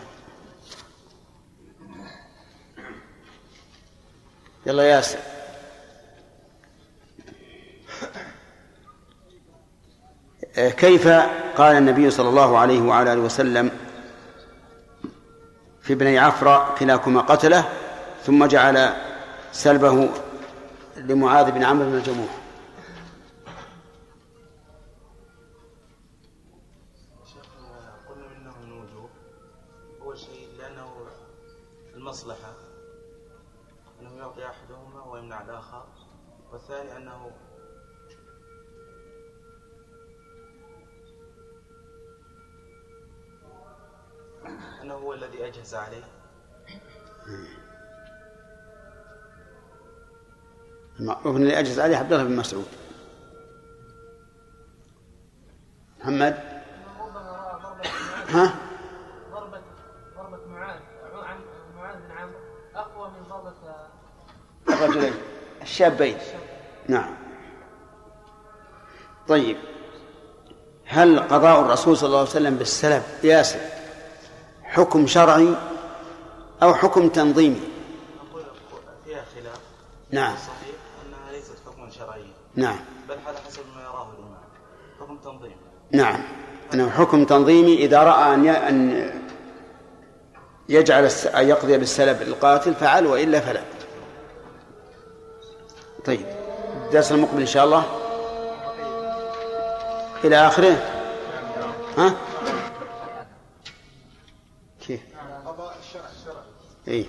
يلا ياسر. كيف قال النبي صلى الله عليه وعلى آله وسلم في بني عفرة كلاكما قتله ثم جعل سلبه لمعاذ بن عمرو بن الجموح؟ قلنا منه من وجوه. أول شيء لأنه المصلحة أنه يعطي أحدهما ويمنع الآخر، والثاني أنه هو الذي أجهز عليه. المعروف الذي أجهز عليه عبد الله بن مسعود. محمد. ها؟ ضربة معاذ بن عمرو أقوى من ضربة الرجلين الشابين. نعم. طيب هل قضاء الرسول صلى الله عليه وسلم بالسلب ياسر حكم شرعي أو حكم تنظيمي؟ أقول فيها خلاف. نعم. صحيح أنها ليست حكما شرعيا. نعم. بل على حسب ما يراه الإمام حكم تنظيمي. نعم. أنه حكم تنظيمي إذا رأى أن يجعل أن يقضي بالسلب القاتل فعل، وإلا فلا. طيب الدرس المقبل إن شاء الله إلى آخره. ها؟ كيف؟ قضاء الشرع. إيه.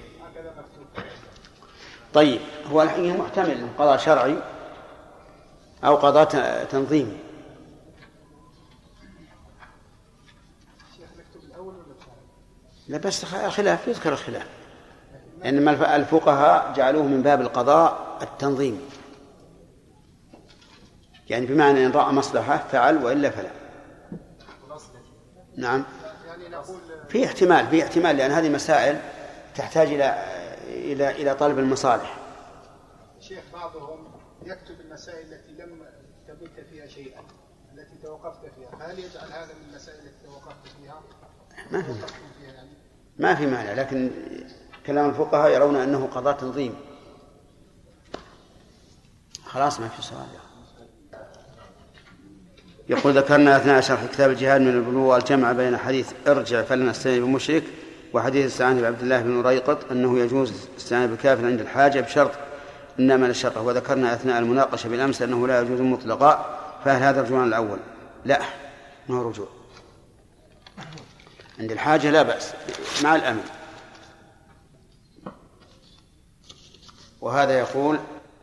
طيب هو الحين محتمل قضاء شرعي أو قضاء تنظيمي. شيخ نكتب الأول ولا الثاني؟ لا بس الخلاف يذكر الخلاف، إنما الفقهاء جعلوه من باب القضاء التنظيمي، يعني بمعنى إن رأى مصلحة فعل وإلا فلا. نعم في احتمال لأن هذه مسائل تحتاج إلى طلب المصالح. شيخ بعضهم يكتب المسائل التي لم تبت فيها شيئا التي توقفت فيها، هل يجعل هذا من المسائل التي توقفت فيها؟ ما في مانع، لكن كلام الفقهاء يرون أنه قضاء تنظيم. خلاص ما في سؤال. يقول ذكرنا أثناء شرح كتاب الجهاد من البلوغ الجمع بين حديث ارجع فلن استعين بمشرك وحديث استعانة بعبد الله بن ريقط أنه يجوز استعانة بالكافر عند الحاجة بشرط إنما للشرط. وذكرنا أثناء المناقشة بالأمس أنه لا يجوز مطلقا، فهل هذا الرجوع الأول؟ لا، ما هو رجوع عند الحاجة، لا بأس مع الأمن. وهذا يقول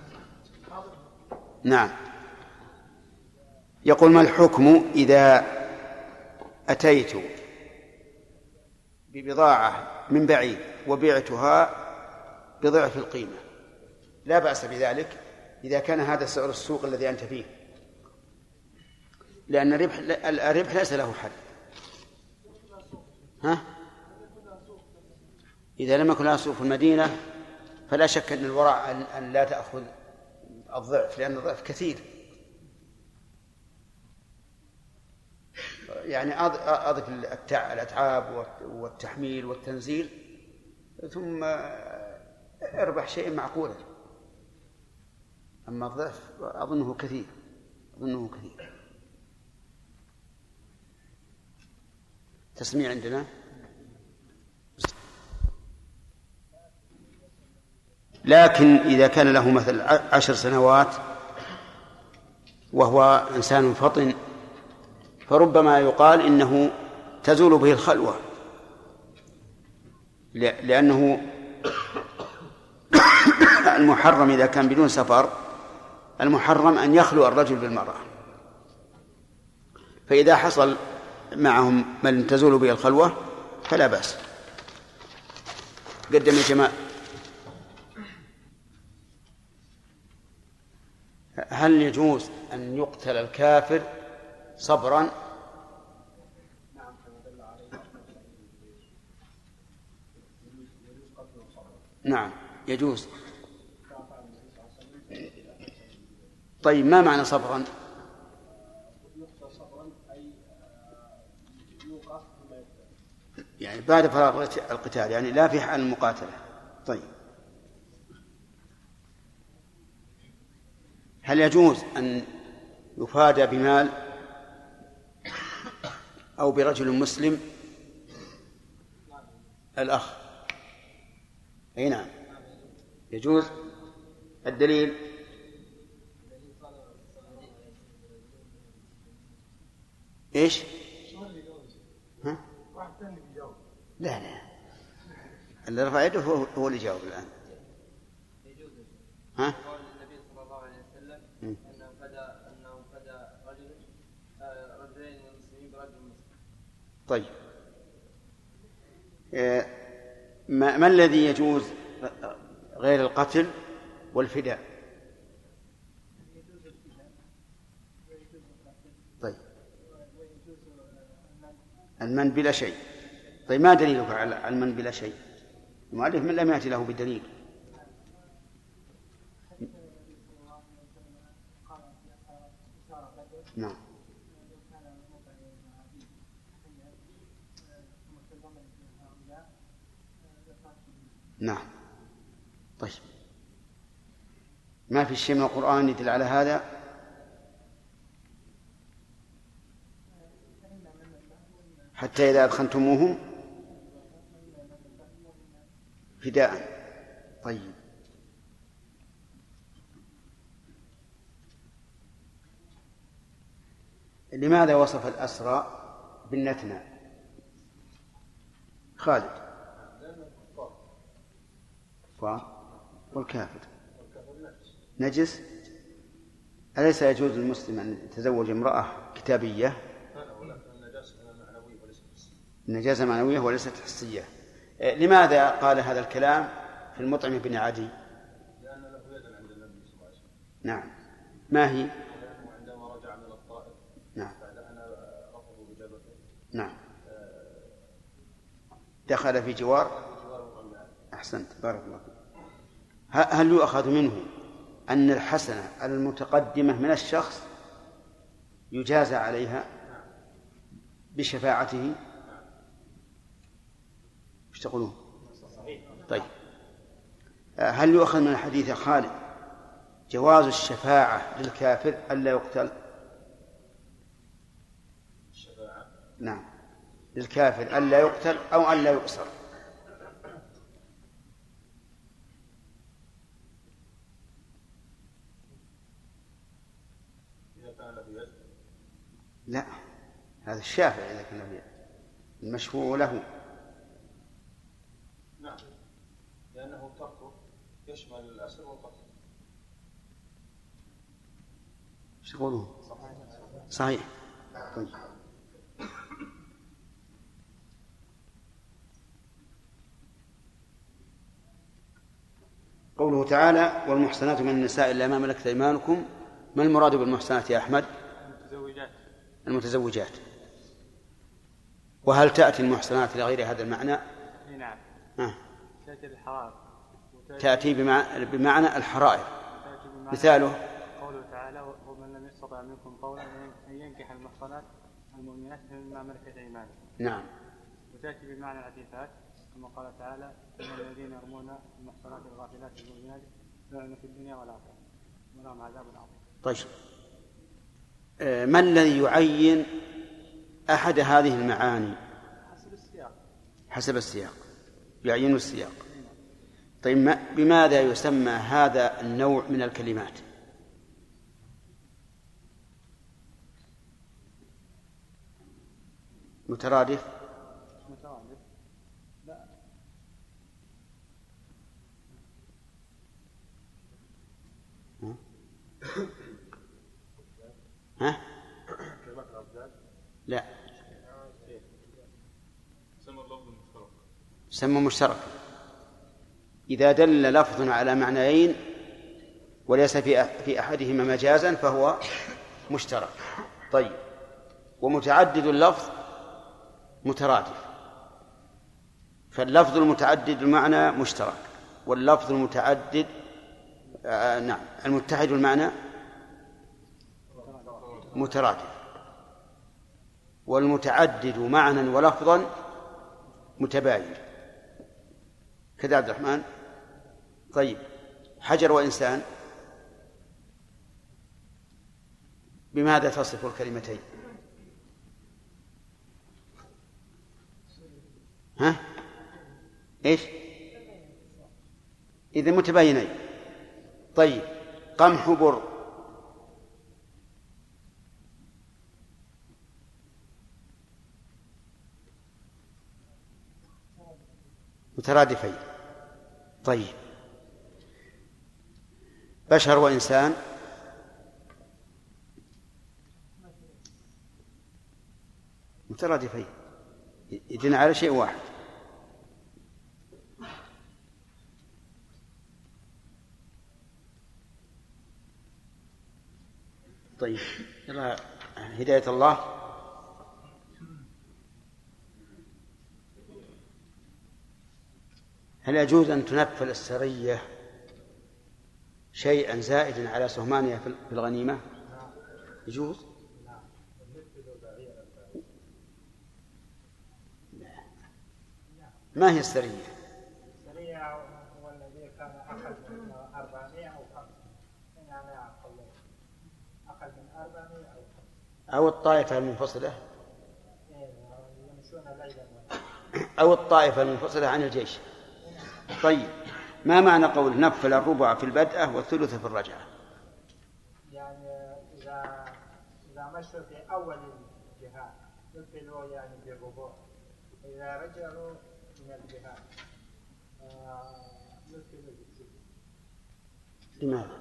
نعم، يقول ما الحكم إذا أتيت ببضاعة من بعيد وبعتها بضعف القيمة؟ لا بأس بذلك إذا كان هذا سعر السوق الذي أنت فيه، لأن الربح ليس له حد. إذا لم يكن لها سوق في المدينة فلا شك أن الورع أن لا تأخذ الضعف، لأن الضعف كثير. يعني أضف الأتعاب والتحميل والتنزيل ثم اربح شيء معقولا. أما الضعف أظنه كثير. تسميع عندنا. لكن إذا كان له مثل 10 سنوات وهو إنسان فطن فربما يقال إنه تزول به الخلوة، لأنه المحرم إذا كان بدون سفر المحرم أن يخلو الرجل بالمرأة، فإذا حصل معهم من تزول به الخلوة فلا بأس. قدم يا جماعة. هل يجوز أن يقتل الكافر صبرا؟ نعم يجوز. طيب ما معنى صبرا؟ يعني بعد فراغ القتال، يعني لا في حال المقاتلة. طيب هل يجوز أن يفادى بمال أو برجل مسلم؟ الأخ أي نعم يجوز. الدليل إيش؟ لا اللي رفع يده هو اللي جاوب الآن. ها؟ النبي صلى الله عليه وسلم أنه فدى رجلين من المسلمين برجل مسلم. طيب ما الذي يجوز غير القتل والفداء؟ طيب المن بلا شيء. طيب ما دليلك على المن بلا شيء؟ المؤلف من لم يأتي له بدليل. نعم نعم. طيب ما في شيء من القرآن يدل على هذا؟ حتى إذا أدخنتموهم فداء. طيب لماذا وصف الأسرى بالنتنى؟ خالد والكافر نجس. أليس يجوز للمسلم أن يتزوج امرأة كتابية؟ النجاسة معنوية وليست حسية. لماذا قال هذا الكلام في المطعم بن عدي؟ لأن له يدا عند النبي صلى الله عليه وسلم. نعم. ما هي؟ عندما رجع من الطائف. نعم. فأنا رفضوا بجبهته. نعم. دخل في جوار. أحسنت، بارك الله فيك. هل يؤخذ منه أن الحسنة المتقدمة من الشخص يجازى عليها بشفاعته؟ ايش تقولون؟ طيب، هل يؤخذ من الحديث يا خالد جواز الشفاعة للكافر ألا يقتل؟ الشفاعة؟ نعم، للكافر ألا يقتل أو ألا يؤسر. لا، هذا الشافع إذا كان له يد، المشفوع له. نعم، لأنه تركه يشمل الأسر والقتل. ايش تقولون؟ صحيح. طيب. قوله تعالى والمحصنات من النساء إلا ما ملكت أيمانكم، ما المراد بالمحصنات يا أحمد؟ المتزوجات. وهل تأتي المحصنات لغير هذا المعنى؟ نعم. تأتي الحرائر. تأتي بمعنى الحرائر. مثاله قوله تعالى ومن لم يستطع منكم قولا أن ينكح المحصنات المؤمنات مما ملكت أيمانكم. نعم. وتأتي بمعنى العفيفات كما قال تعالى إن الذين يرمون المحصنات الغافلات المؤمنات لعنوا في الدنيا والآخرة ولهم عذاب عظيم. طيب، ما الذي يعين أحد هذه المعاني؟ حسب السياق يعين السياق. طيب، بماذا يسمى هذا النوع من الكلمات؟ مترادف؟ لا. ها؟ لا. سمى مشترك إذا دل لفظ على معنيين وليس في أحدهما مجازا فهو مشترك. طيب، ومتعدد اللفظ مترادف، فاللفظ المتعدد المعنى مشترك، واللفظ المتعدد نعم المتحد المعنى مترادف، والمتعدد معنى ولفظا متباين. كذا عبد الرحمن. طيب، حجر وإنسان بماذا تصف الكلمتين؟ ها؟ إيش؟ إذا متباينين. طيب، قمح بر مترادفين. طيب، بشر وإنسان مترادفين، يدل على شيء واحد. طيب، يلا هداية الله. هل يجوز أن تنفل السرية شيئا زائدا على سهمانها في الغنيمة؟ يجوز؟ ما هي السرية؟ السرية هو الذي كان أقل من 400 أو 500، يعني أقل من 400 أو 500. أو الطائفة المنفصلة، يمشون ليلا أو الطائفة المنفصلة عن الجيش. طيب، ما معنى قول نفل الربع في البدءة والثلث في الرجعة؟ يعني إذا مشوا في أول الجهاد نفلوا يعني بالربع، إذا رجعوا من الجهاد نفلوا بالثلث. لماذا؟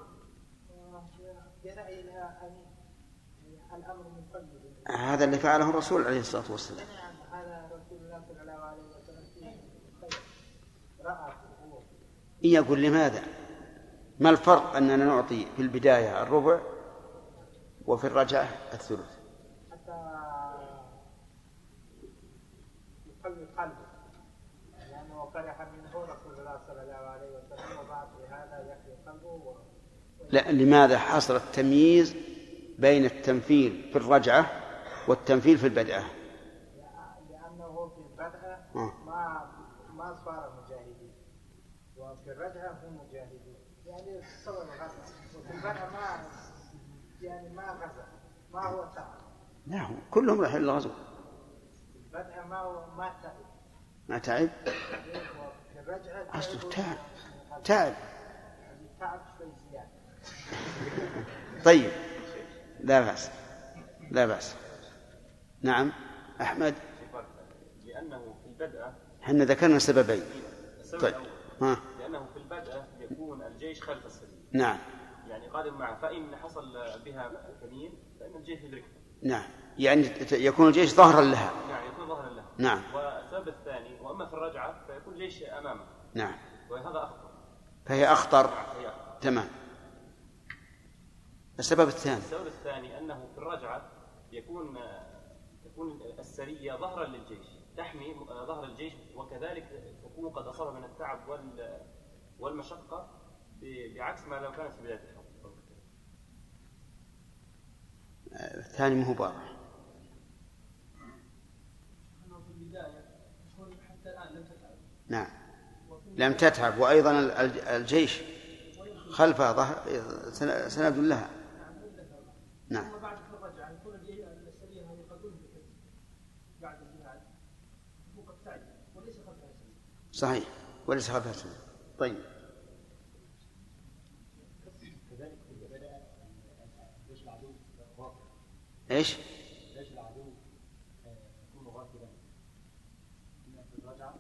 برأي الأمر مقيد. هذا اللي فعله الرسول عليه الصلاة والسلام. هذا يقول لماذا؟ ما الفرق أننا نعطي في البداية الربع وفي الرجعة الثلث؟ حتى يقلب قلبه، لأنه فرح منه رسول الله صلى الله عليه وسلم وبعد بهذا يحيي قلبه لا، لماذا حصل التمييز بين التنفيذ في الرجعة والتنفيذ في البدءة؟ لأنه في البدء ما صار مجاهدين، وفي الرجعة هم مجاهدين، يعني صار الغزو، وفي البدء ما غزا، ما هو تعب. لا، كلهم راح الغزو. في البدء ما تعب. ما تعب؟ وفي الرجعة أصله تعب. تعب شوي زيادة. طيب، لا بأس. نعم أحمد. لأنه في البدء احنا ذكرنا سببين. طيب. لأنه في البدء يكون الجيش خلف السبيل. نعم. يعني قادم معه، فإن حصل بها كمين فإن الجيش يدركها. نعم، يعني يكون الجيش ظهرا لها. نعم، يكون ظهرا لها. نعم. والسبب الثاني، وأما في الرجعة فيكون الجيش أمامه. نعم. وهذا أخطر. فهي أخطر. تمام. السبب الثاني أنه في الرجعة تكون السرية ظهرا للجيش، تحمي ظهر الجيش، وكذلك تكون قد أصاب من التعب والمشقة بعكس ما لو كانت في بداية الحرب. الثاني مو واضح. أنه في البداية يكون حتى الآن لم تتعب. نعم، لم تتعب، وأيضا الجيش خلفها سند لها. نعم. ثم بعد الرجعة يكون السرية هذه قد بعد الجهاد يكون قد تعب وليس خلفها سرية. صحيح، وليس خلفها سرية. طيب. كذلك بدأ جيش العدو غافلا. ايش؟ جيش العدو يكون غافلا. في الرجعة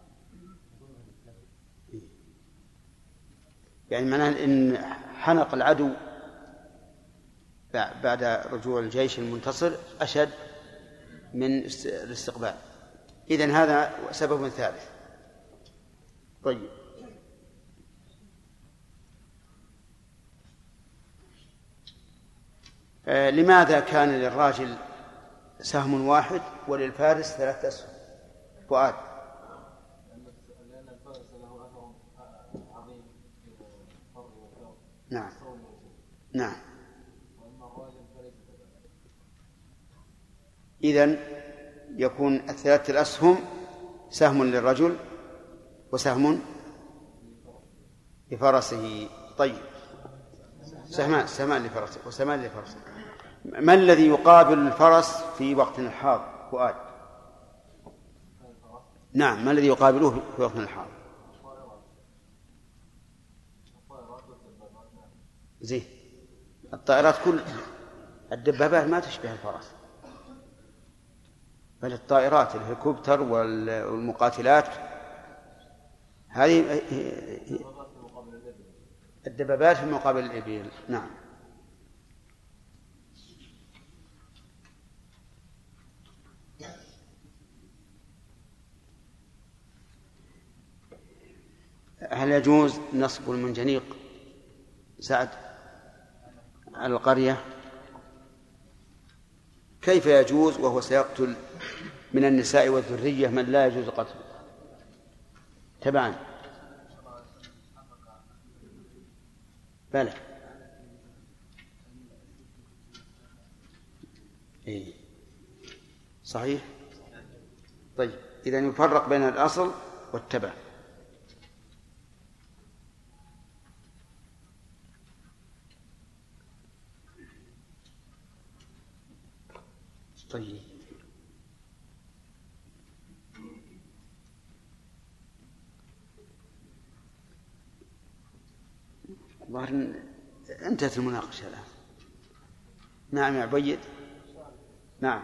يعني معناه إن حنق العدو بعد رجوع الجيش المنتصر أشد من الاستقبال. إذن هذا سبب ثالث. طيب. لماذا كان للراجل سهم واحد وللفارس 3 أسهم؟ فؤاد. لأن الفارس له أثر عظيم في الفر والثور. نعم. نعم. وأما الراجل فليس كذلك. إذن يكون 3 أسهم، سهم للرجل وسهم لفرسه. طيب، سهمان لفرسه وسهمان لفرسه. ما الذي يقابل الفرس في وقت الحاضر؟ فؤاد. نعم، ما الذي يقابله في وقت الحاضر؟ زين، الطائرات كل الدبابات ما تشبه الفرس، بل الطائرات الهليكوبتر والمقاتلات هذه الدبابات في مقابل الإبل. نعم. هل يجوز نصب المنجنيق سعد على القرية؟ كيف يجوز وهو سيقتل من النساء والذرية من لا يجوز قتله تبعا؟ بلى. إيه. صحيح. طيب، إذن يفرق بين الأصل والتبع. طيب، ظاهر انتهت المناقشة الآن. نعم يا عبيد. نعم.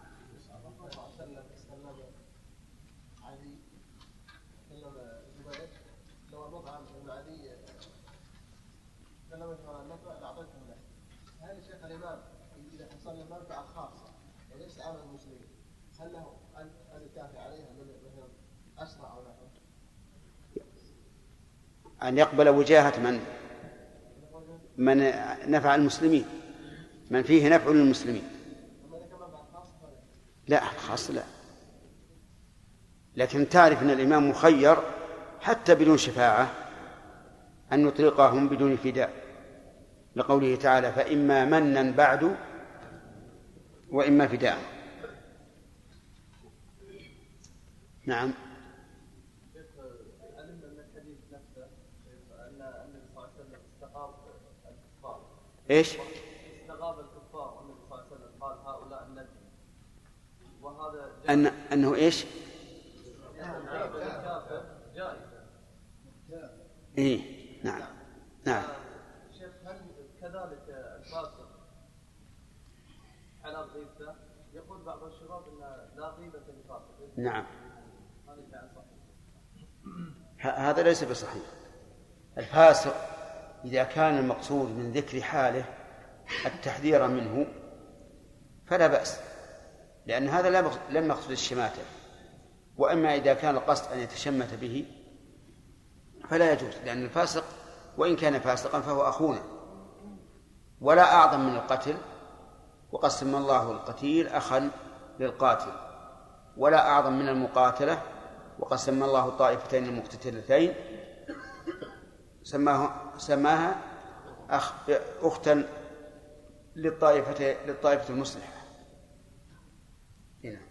هل شيخ الإمام إذا حصل المنفعة خاصة وليس عامة المسلمين هل له أن يدافع عليها من مثلا أسرع أو نحو؟ أن يقبل وجاهة من نفع المسلمين، من فيه نفع للمسلمين. لا خاص لا، لكن تعرف أن الإمام مخير حتى بدون شفاعة أن يطلقهم بدون فداء، لقوله تعالى فإما منا بعد وإما فداء. نعم. علمنا من الحديث نفسه أن النبي صلى الله عليه وسلم استغاث الكفار. إيش؟ استغاث الكفار والنبي صلى الله عليه وسلم قال هؤلاء النبي، وهذا أنه إيش؟ إيه نعم نعم. شيخ هل كذلك الفاسق على غيبته؟ يقول بعض الشباب أن لا غيبة للفاسق. نعم. هذا ليس بصحيح. الفاسق إذا كان المقصود من ذكر حاله التحذير منه فلا بأس، لأن هذا لم يقصد الشماتة. وأما إذا كان القصد أن يتشمت به فلا يجوز، لأن الفاسق وإن كان فاسقا فهو أخونا، ولا أعظم من القتل، وقسم الله القتيل أخا للقاتل، ولا أعظم من المقاتلة، وقسم الله الطائفتين المقتتلتين سماها أختا للطائفة المصلحة. هنا.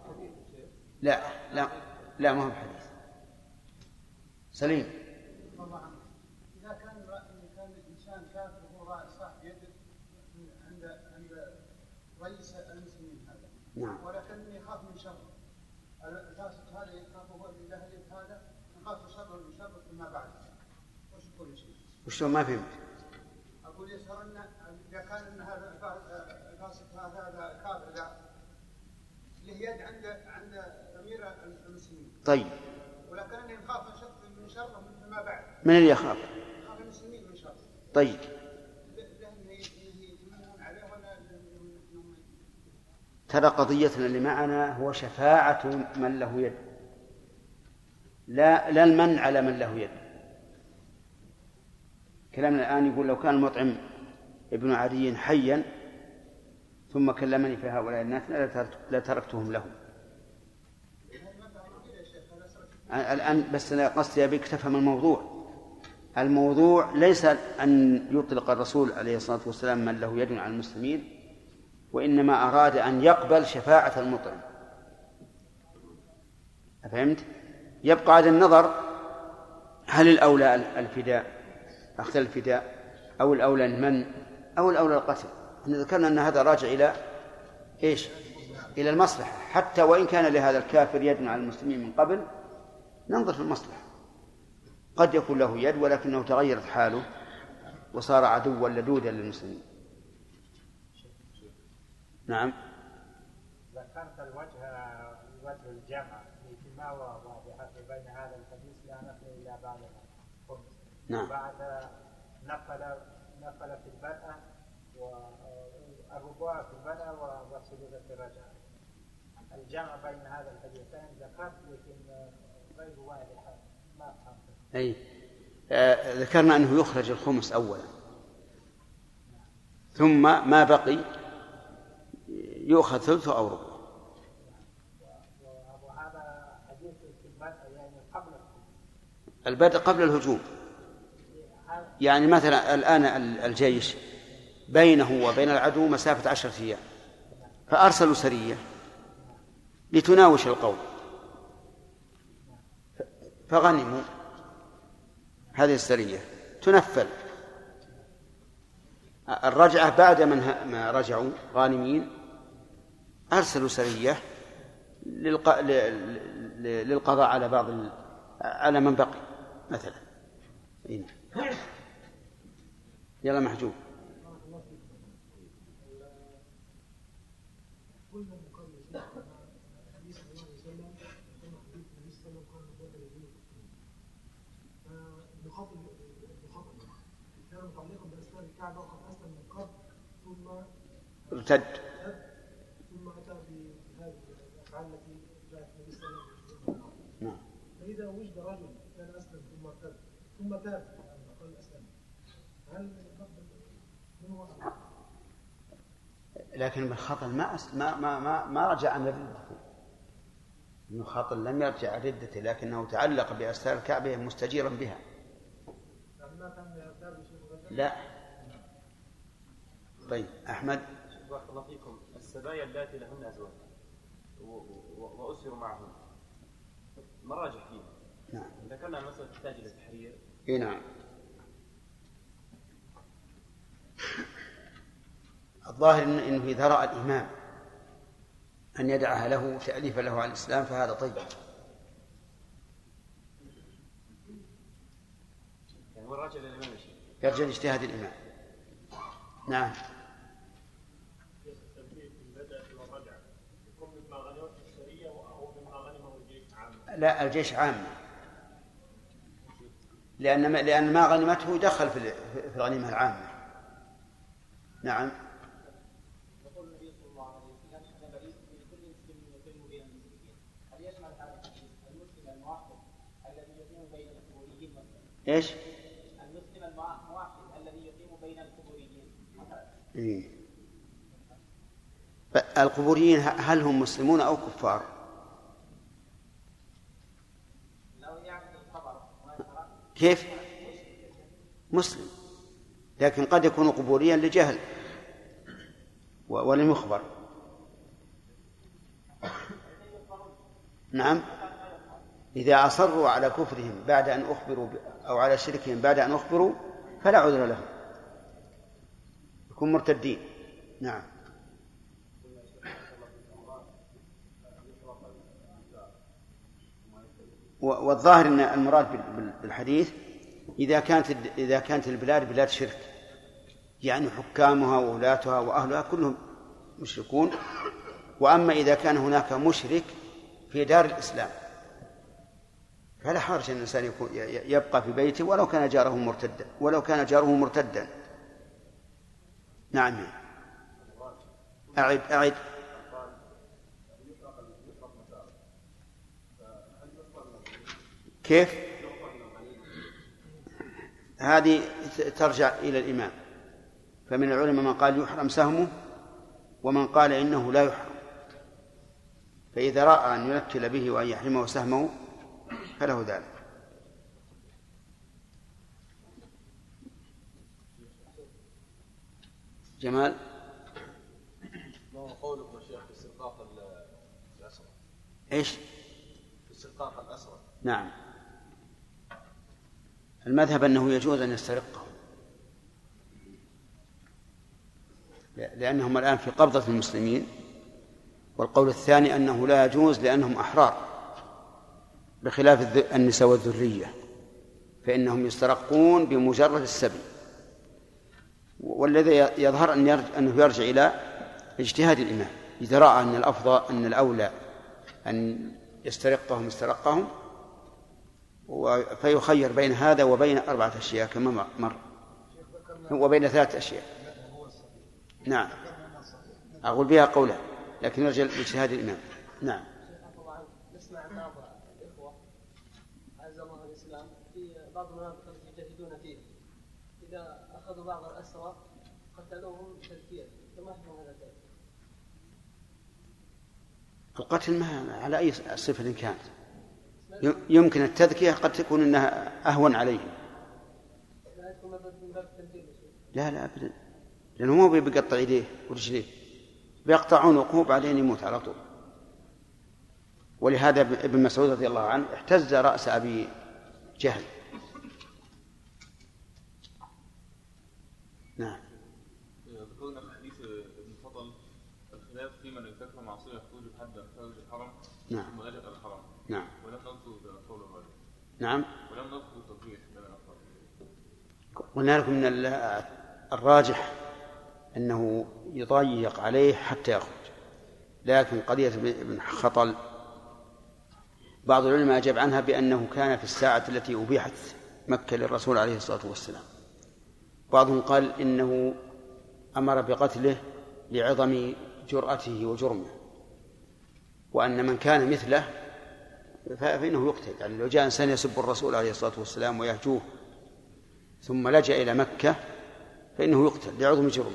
لا ما هو حديث. سليم. إذا كان الإنسان كافر وهو صاحب يد عند رئيس المسلمين هذا، نعم. ولكنني يخاف من شره، الفاسق هذا يخاف هو لله هذا يخاف شره من شره فيما بعد. وش يقول يا شيخ؟ وش ما فهمت؟ أقول يظهر أن إذا كان أن هذا الفاسق هذا كافر له يد عند أمير المسلمين. طيب. ولكنني نخاف من شره فيما بعد. من اللي يخاف؟ يخاف المسلمين من شره. طيب. ترى قضيتنا اللي معنا هو شفاعة من له يد، لا المنع على من له يد. كلامنا الآن يقول لو كان المطعم ابن عدي حيا ثم كلمني في هؤلاء الناس لتركتهم لهم. الآن بس أنا قصدي أبيك تفهم الموضوع ليس أن يطلق الرسول عليه الصلاة والسلام من له يد على المسلمين، وإنما أراد أن يقبل شفاعة المطعم. أفهمت؟ يبقى على النظر هل الأولى الفداء، أخذ الفداء، أو الأولى المن، أو الأولى القتل. احنا ذكرنا أن هذا راجع إلى إيش؟ إلى المصلحة، حتى وإن كان لهذا الكافر يد على المسلمين من قبل ننظر في المصلحة. قد يكون له يد ولكنه تغيرت حاله وصار عدوا لدودا للمسلمين. نعم. ذكرت وجه الجمع فيما هو واضح بين هذا الحديث لا نقل إلى بعد الخمس. نعم. بعد نقل في البدء والربوع في البدء والسجود في الرجعة. الجمع بين هذا الحديثين ذكرت لكن غير واضح ما فهمت. أي ذكرنا أنه يخرج الخمس أولا ثم ما بقي يؤخذ ثلثه أو ربعه. وهذا حديث في البدء يعني قبل البدء قبل الهجوم. يعني مثلا الآن الجيش بينه وبين العدو مسافة 10 أيام، فأرسلوا سرية لتناوش القوم فغنموا، هذه السرية تنفل. الرجعة بعد ما رجعوا غانمين أرسلوا سرية للقضاء على على من بقي مثلا. يلا محجوب. ارتد ثم أتى بهذه الأفعال التي جاءت النبي صلى الله عليه وسلم. فإذا وجد رجل كان أسلم ثم ارتد ثم تاب قال أسلم، هل من هو؟ لكن ابن خطل ما رجع عن ردته. ابن خطل لم يرجع عن ردته، لكنه تعلق بأستار الكعبة مستجيرا بها. لا. طيب أحمد. بارك الله فيكم. السبايا اللاتي لهن أزواج وأسروا معهن مراجع فيها. نعم. ذكرنا عن مسألة تحتاج إلى تحرير. إيه نعم. الظاهر إنه إذا رأى الإمام أن يدعها له تأليفا له على الإسلام فهذا طيب. يعني هو راجع للإمام يرجع لاجتهاد الإمام. نعم. لا، الجيش عام، لأن ما غنمته يدخل في الغنيمة العامة. نعم. يقول النبي صلى الله عليه وسلم أن بريء لكل مسلم يقيم بين المسلمين، هل يشمل هذا الحديث المسلم الموحد الذي يقيم بين القبوريين مثلا؟ ايش؟ المسلم الموحد الذي يقيم بين القبوريين. إيه. القبوريين هل هم مسلمون أو كفار؟ كيف؟ مسلم، لكن قد يكون قبوريا لجهل ولم يخبر. نعم، إذا أصروا على كفرهم بعد أن أخبروا أو على شركهم بعد أن أخبروا فلا عذر لهم، يكون مرتدين. نعم. والظاهر أن المراد بالحديث إذا كانت البلاد بلاد شرك، يعني حكامها وولاتها وأهلها كلهم مشركون. وأما إذا كان هناك مشرك في دار الإسلام فلا حرج أن الإنسان يبقى في بيته ولو كان جاره مرتدا. نعم. أعد. كيف؟ هذه ترجع إلى الإمام، فمن العلماء من قال يحرم سهمه ومن قال إنه لا يحرم، فإذا رأى أن ينكل به وأن يحرمه سهمه فله ذلك. جمال. ما هو قولكم يا شيخ في استرقاق الأسرى؟ إيش؟ في استرقاق الأسرى. نعم، المذهب أنه يجوز أن يسترقهم لأنهم الآن في قبضة المسلمين، والقول الثاني أنه لا يجوز لأنهم أحرار، بخلاف النساء والذرية فإنهم يسترقون بمجرد السبي. والذي يظهر أنه يرجع إلى اجتهاد الإمام، إذا رأى أن الأفضل أن الأولى أن يسترقهم استرقهم، فيخير بين هذا وبين 4 أشياء كما مر، وبين 3 أشياء. نعم، أقول بها قولا لكن يرجع لاجتهاد الإمام. نعم. نسمع بعض الإخوة عزمهم الإسلام في بعض المناطق التي يجتهدون فيها إذا أخذوا بعض الأسرى قتلوهم تذكير، فما يحكم هذا ذلك؟ القتل ما على أي صفة كانت، يمكن التذكية قد تكون أنها أهون عليهم. لا أبدا، لأنه مو بيقطع يديه ورجليه، بيقطع عنقه بعدين يموت على طول. ولهذا ابن مسعود رضي الله عنه احتز رأس أبي جهل. نعم. ذكرنا في حديث ابن فضل الخلاف في من ارتكب معصية توجب حدا خارج الحرم ثم لجأ الحرم. نعم. ولم نذكر قول الرجل. نعم. ولم نذكر ترجيح بين الأفراد. قلنا لكم من الراجح أنه يضيق عليه حتى يخرج، لكن قضية ابن خطل بعض العلماء أجاب عنها بأنه كان في الساعة التي أبيحت مكة للرسول عليه الصلاة والسلام. بعضهم قال إنه أمر بقتله لعظم جرأته وجرمه، وأن من كان مثله فإنه يقتل. يعني لو جاء إنسان يسب الرسول عليه الصلاة والسلام ويهجوه ثم لجأ إلى مكة فإنه يقتل لعظم جرمه.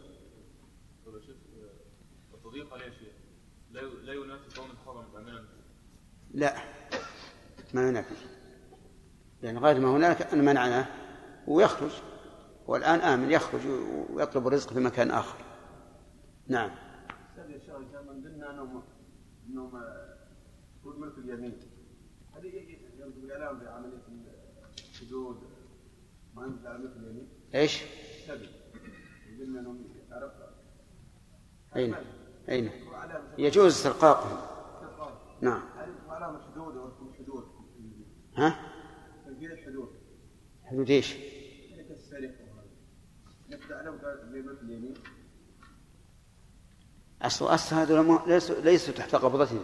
التضييق عليه شيء لا ينافي كون الحرم أمان؟ لا ما ينافي، يعني غير ما هناك أن منعناه ويخرج، والآن آمن يخرج ويطلب الرزق في مكان آخر. نعم. من ضمن أنهم يكون ملك اليمين، هل يرجو الإعلام بعملية الحدود ما ينزل على ملك اليمين؟ إيش؟ سبب من ضمن أنهم يعرف. أين يجوز استرقاقهم. نعم. علامة حدود أو حدود. ها؟ تنفيذ الحدود. حدود إيش؟ السرقة. نبدأ على ملك اليمين. أصل هذول ليسوا تحت قبضتنا.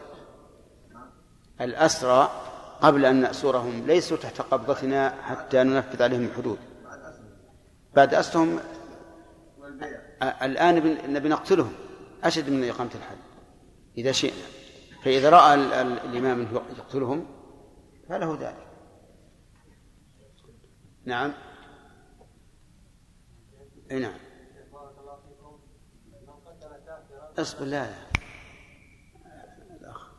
الأسرى قبل أن نأسرهم ليسوا تحت قبضتنا حتى ننفذ عليهم الحدود. بعد أسرهم الآن نبي نقتلهم أشد من إقامة الحد إذا شئنا. فإذا رأى الإمام يقتلهم فله ذلك. نعم. نعم. اصبر. لا الأخ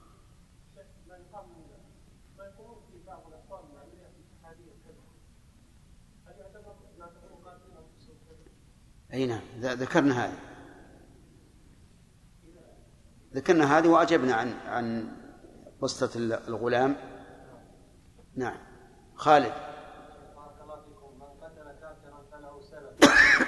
أي نعم ذكرنا هذه وأجبنا عن قصة الغلام. نعم. خالد. من قتل كافرا فله سلب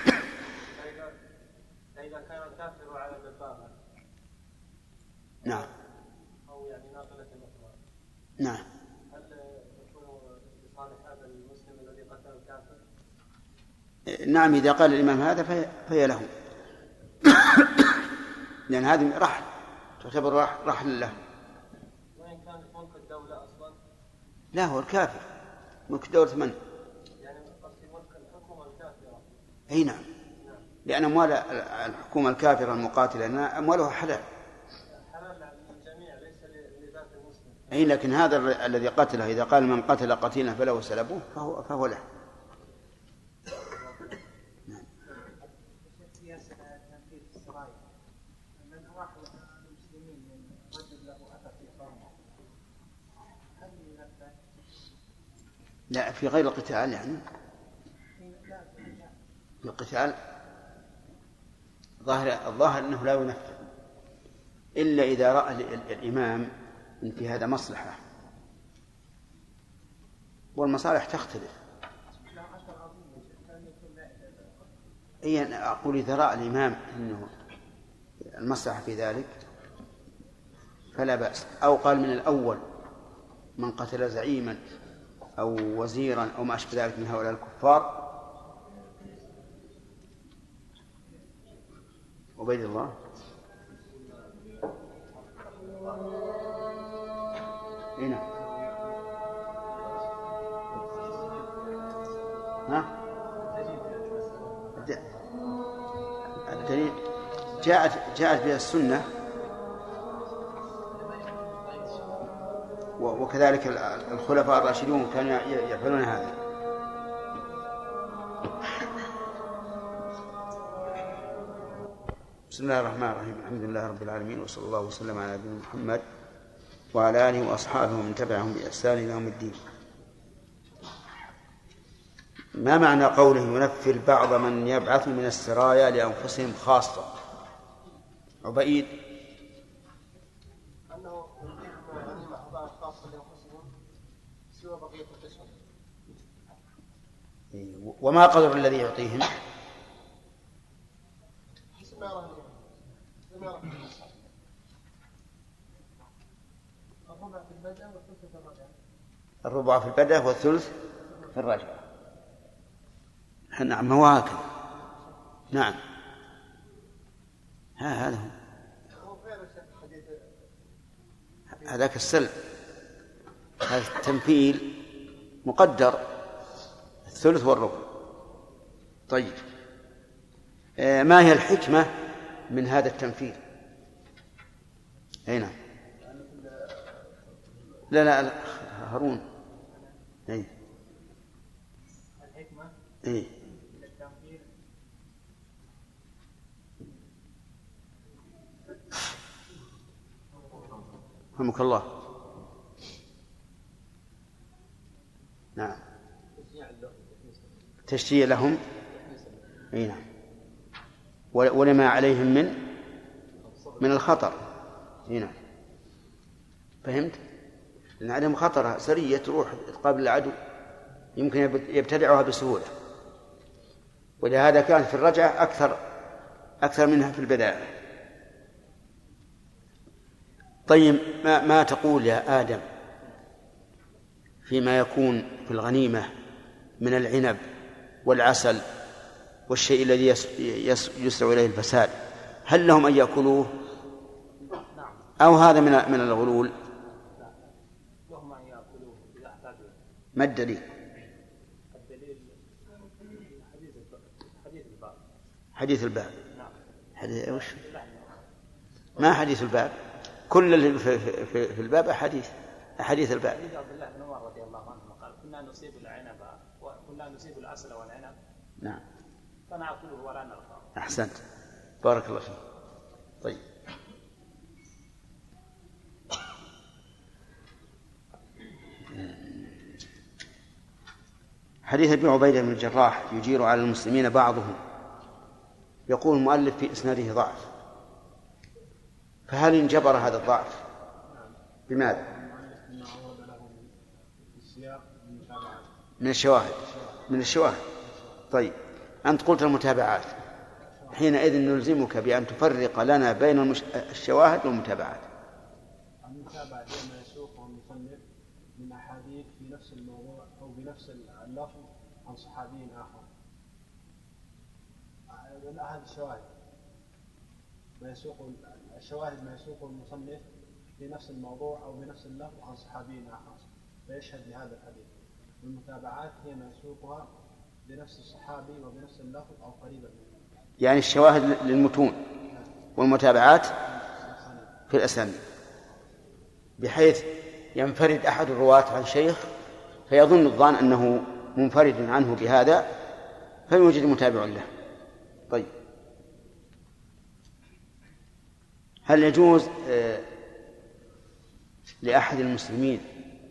فإذا كان الكافر على دبابة نعم أو يعني ناقلة الأطوار نعم هل يكون لصالح هذا المسلم الذي قتل الكافر؟ نعم إذا قال الإمام هذا فهي له لأن هذه رحل تعتبر رحل له. وإن كان ملك الدولة أصلا؟ لا هو الكافر ملك دولة من؟ يعني قصدي ملك الحكومة الكافرة. أي نعم. لأن أموال الحكومة الكافرة المقاتلة أموالها حلال للجميع ليس لذات المسلم. أي لكن هذا الذي قتله إذا قال من قتل قتيلا فله سلبه فهو له. لا في غير القتال يعني في القتال الظاهر أنه لا ينفذ إلا إذا رأى الإمام أن في هذا مصلحة، والمصالح تختلف. أنا أقول إذا رأى الإمام أنه المصلحة في ذلك فلا بأس، أو قال من الأول من قتل زعيما أو وزيرا أو ما أشبه ذلك من هؤلاء الكفار. عبيد الله. هنا الدليل جاءت بها السنة وكذلك الخلفاء الراشدون كانوا يفعلون هذا. بسم الله الرحمن الرحيم. الحمد لله رب العالمين، وصلى الله وسلم على نبينا محمد وعلى آله وأصحابه ومن تبعهم بإحسان إلى يوم الدين. ما معنى قوله ينفر بعض من يبعث من السرايا لأنفسهم خاصة؟ عبيد. أنه يعطيهم غنيمة خاصة لأنفسهم سوى بقية القسم. وما قدر الذي يعطيهم؟ الربع في البدء والثلث في الرجعة. نعم هو هكذا. نعم هذا هو. هذاك السلب، هذا التمثيل مقدر الثلث والربع. طيب ما هي الحكمة من هذا التمثيل؟ هنا لا هارون. الحكمة إيه؟ رحمك الله. نعم. تشجيع لهم. اي نعم. ولما عليهم من الخطر. اي نعم. فهمت؟ لأن عليهم خطر، سرية تروح تقابل العدو يمكن يبتدعها بسهولة، ولهذا كانت في الرجعة أكثر منها في البداية. طيب ما تقول يا آدم فيما يكون في الغنيمة من العنب والعسل والشيء الذي يسرع إليه الفساد، هل لهم أن يأكلوه أو هذا من الغلول؟ لهم أن يأكلوه إذا احتاجوا. ما الدليل؟ الدليل حديث الباب. حديث الباب. نعم. حديث وش؟ ما حديث الباب؟ كل اللي في الباب أحاديث الباب. حديث عبد الله بن عمر رضي الله عنه قال كنا نصيب العنب وكنا نصيب العسل والعنب. نعم. فنأكله ولا نرفعه. أحسنت، بارك الله فيك. طيب. حديث ابي عبيدة بن الجراح يجير على المسلمين بعضهم، يقول المؤلف في إسناده ضعف، فهل انجبر هذا الضعف؟ بماذا؟ من الشواهد. طيب أنت قلت المتابعات، حينئذ نلزمك بأن تفرق لنا بين الشواهد والمتابعات. المتابعة هي ما يسوقه المصنف من أحاديث في نفس الموضوع أو بنفس اللفظ عن صحابي آخر. هذه الشواهد الشواهد ما يسوقه المصنف في نفس الموضوع أو بنفس اللفظ عن صحابي آخر فيشهد بهذا الحديث. والمتابعات هي ما يسوقها بنفس الصحابي وبنفس اللفظ أو قريبا منه. يعني الشواهد للمتون والمتابعات في الأسانيد، بحيث ينفرد أحد الرواة عن شيخ فيظن الظان أنه منفرد عنه بهذا فيوجد متابع له. طيب، هل يجوز لأحد المسلمين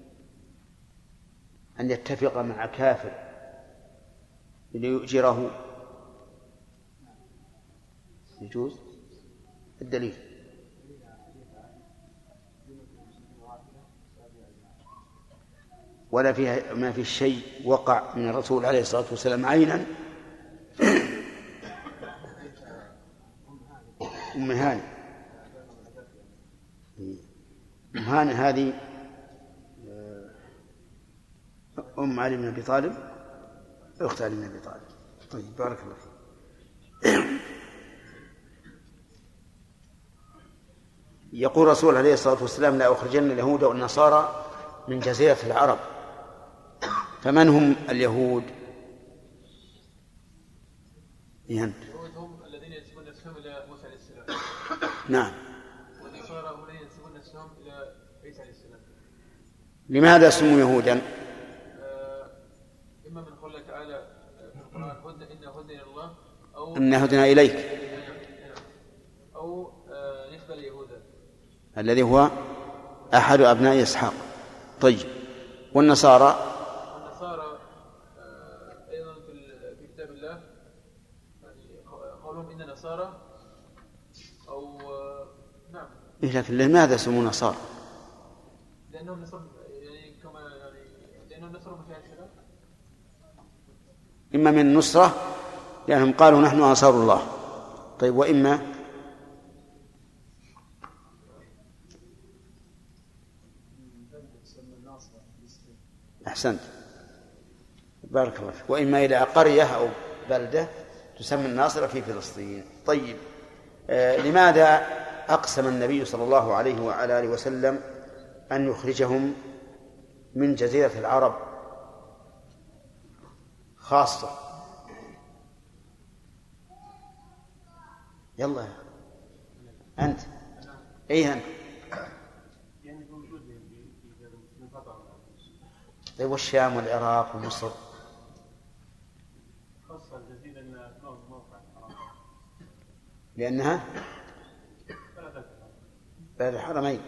أن يتفق مع كافر ليؤجره؟ يجوز. الدليل؟ ولا فيها ما في شيء وقع من الرسول عليه الصلاة والسلام عينا. أم هاني هذه أم علي بن أبي طالب، أخت علي بن أبي طالب. طيب، بارك الله فيك. يقول الرسول عليه الصلاة والسلام: لا أخرجن اليهود والنصارى من جزيرة العرب. فمن هم اليهود؟ اليهود هم الذين ينسبون نفسهم إلى موسى عليه السلام. نعم. والنصارى هم الذين ينسبون نفسهم إلى عيسى عليه السلام. لماذا سموا يهودا؟ إما من قول الله تعالى في القرآن: إنا هدنا إلى الله، أو إنا هدنا إليك، أو نسبة ليهودا الذي هو أحد أبناء إسحاق. طيب، والنصارى أيضا في كتاب الله يعني قولهم إن نصارى أو نعم. لكن لماذا سموا نصارى؟ لأنهم نصر يعني كما يعني لأنهم نصروا في السلام. إما من النصرة لأنهم قالوا نحن أنصار الله. طيب، وإما أحسنت، بارك الله فيك. وإما إلى قرية أو بلدة تسمى الناصرة في فلسطين. طيب، لماذا أقسم النبي صلى الله عليه وعلى آله وسلم أن يخرجهم من جزيرة العرب خاصة؟ يلا أنت. أي أنت. طيب، والشام والعراق ومصر لأنها بلد الحرمين.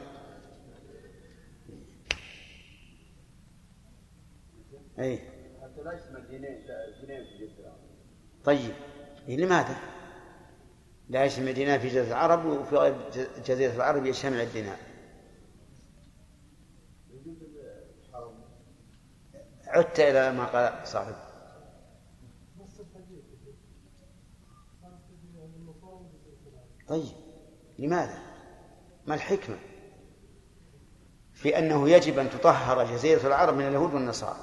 أي طيب لماذا لا يشمل الدينار في جزيرة العرب وفي غير جزيرة العرب يشمل الدينار؟ عدت إلى ما قال صاحب. طيب لماذا؟ ما الحكمة في أنه يجب أن تطهر جزيرة العرب من اليهود والنصارى؟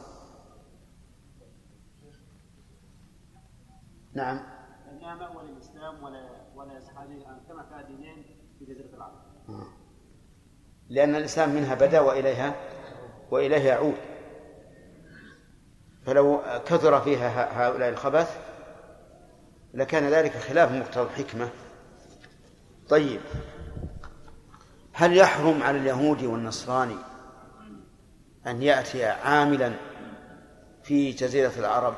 نعم. لا مأوى للإسلام ولا يصح عليه كما كان دينين في جزيرة العرب. لأن الإسلام منها بدأ وإليه يعود، فلو كثر فيها هؤلاء الخبث لكان ذلك خلاف مقتضى الحكمة. طيب هل يحرم على اليهودي والنصراني أن يأتي عاملا في جزيرة العرب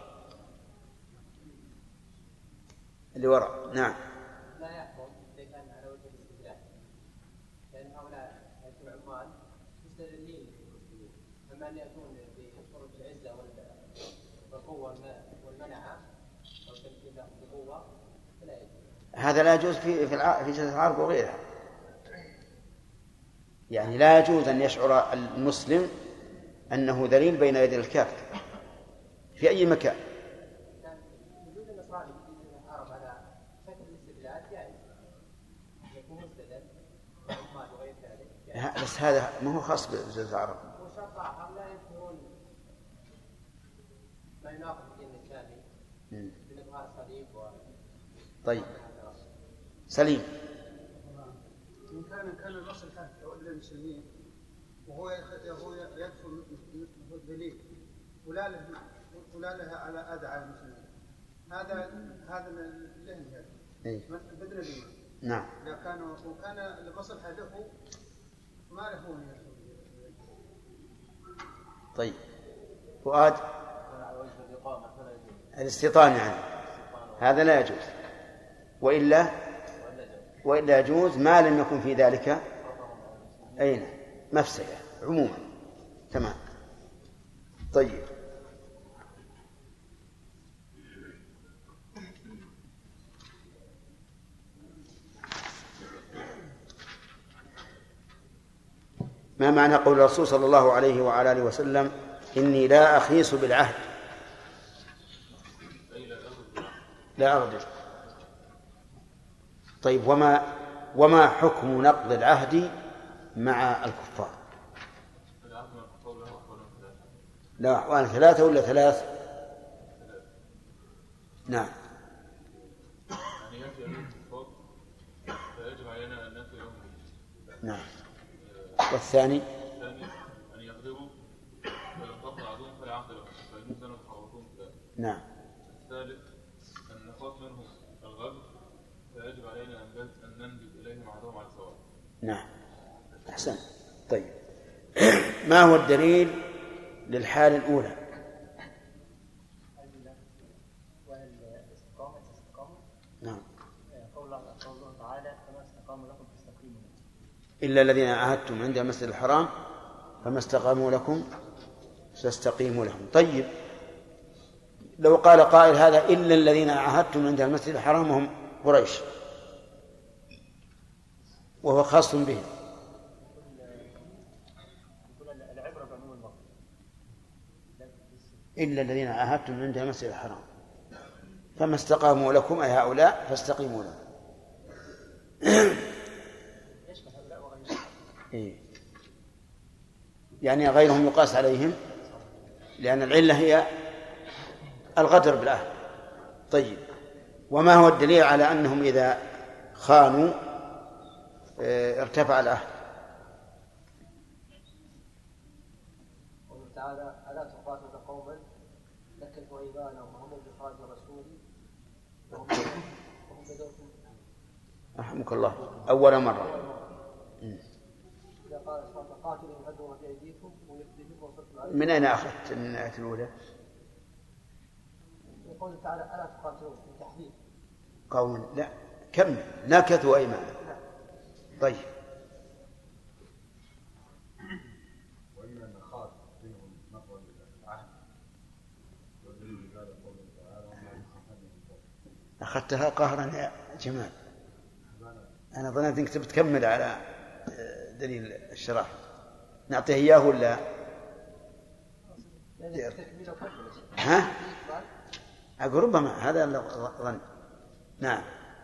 اللي وراء؟ نعم. لا يحرم إذا كان على وجه الاستدلال، لأن هؤلاء العمال مستدلين للمسلمين، أما أن يأتون بطرق العزة والقوة والمنعة أو تمكين لهم بقوة فلا يجوز. هذا لا يجوز في جزيرة العرب وغيرها. يعني لا يجوز أن يشعر المسلم أنه ذليل بين يدي الكافر في أي مكان. وجود النصراني في العرب على شكل الاستدلال جائز، يكون مستدل وعمال وغير ذلك. بس هذا ما هو خاص بجزيرة العرب. وشرط آخر لا يذكرون ما يناقض الدين الإسلامي من إظهار الصليب طيب سليم. إن كان الأصل تعود للمسلمين وهو يدخل دليل ولا له على أذى على المسلمين، هذا له بدل الإيمان. نعم. وكان المصلحة له ما له. طيب فؤاد. الاستيطان يعني هذا لا يجوز، وإلا يجوز ما لم يكن في ذلك أين مفسدة عموما. تمام. طيب ما معنى قول الرسول صلى الله عليه وعلى آله وسلم إني لا أخيس بالعهد لا أغدر؟ طيب وما حكم نقض العهد مع الكفار؟ لا أحوال ثلاثة ولا ثلاث؟ نعم. يعني يأتي الكفار فيجب علينا أن نأتي لهم. نعم. والثاني أن يغدروا فينقطع عدوهم فلا عهد لهم فينزلوا يتحركون. نعم. الثالث أن نخاف منهم الغدر فيجب علينا أن ننجد إليهم عدوهم على سواء. نعم أحسن. طيب ما هو الدليل للحالة الأولى؟ نعم. قول الله تعالى فما استقاموا لكم فاستقيموا لهم. إلا الذين عاهدتم عند المسجد الحرام فما استقاموا لكم فاستقيموا لهم. طيب لو قال قائل هذا إلا الذين عاهدتم عند المسجد الحرام وهم قريش وهو خاص به، إلا الذين عاهدتم عند المسجد الحرام فما استقاموا لكم أي هؤلاء فاستقيموا لهم. يعني غيرهم يقاس عليهم لأن العلة هي الغدر بالعهد. طيب وما هو الدليل على أنهم إذا خانوا ارتفع العهد؟ قوله تعالى ألا تقاتل قوما نكثوا أيمانهم وهم بخارج رسولي وهم بدوكم. رحمك الله أول مرة. إذا قال قاتلوا غدوا بأيديكم ويخرجوكم وصدوا عليكم. من أين أخذت من الآية الأولى؟ يقول تعالى ألا تقاتلون في تحديد قوم لا كمل. نكثوا أيمانهم. طيب. أخذتها قهرا يا جمال. أنا ظننت أنك تكمل على دليل الشرح. نعطيه إياه ولا؟ ها؟ أقول ربما هذا ظن. نعم.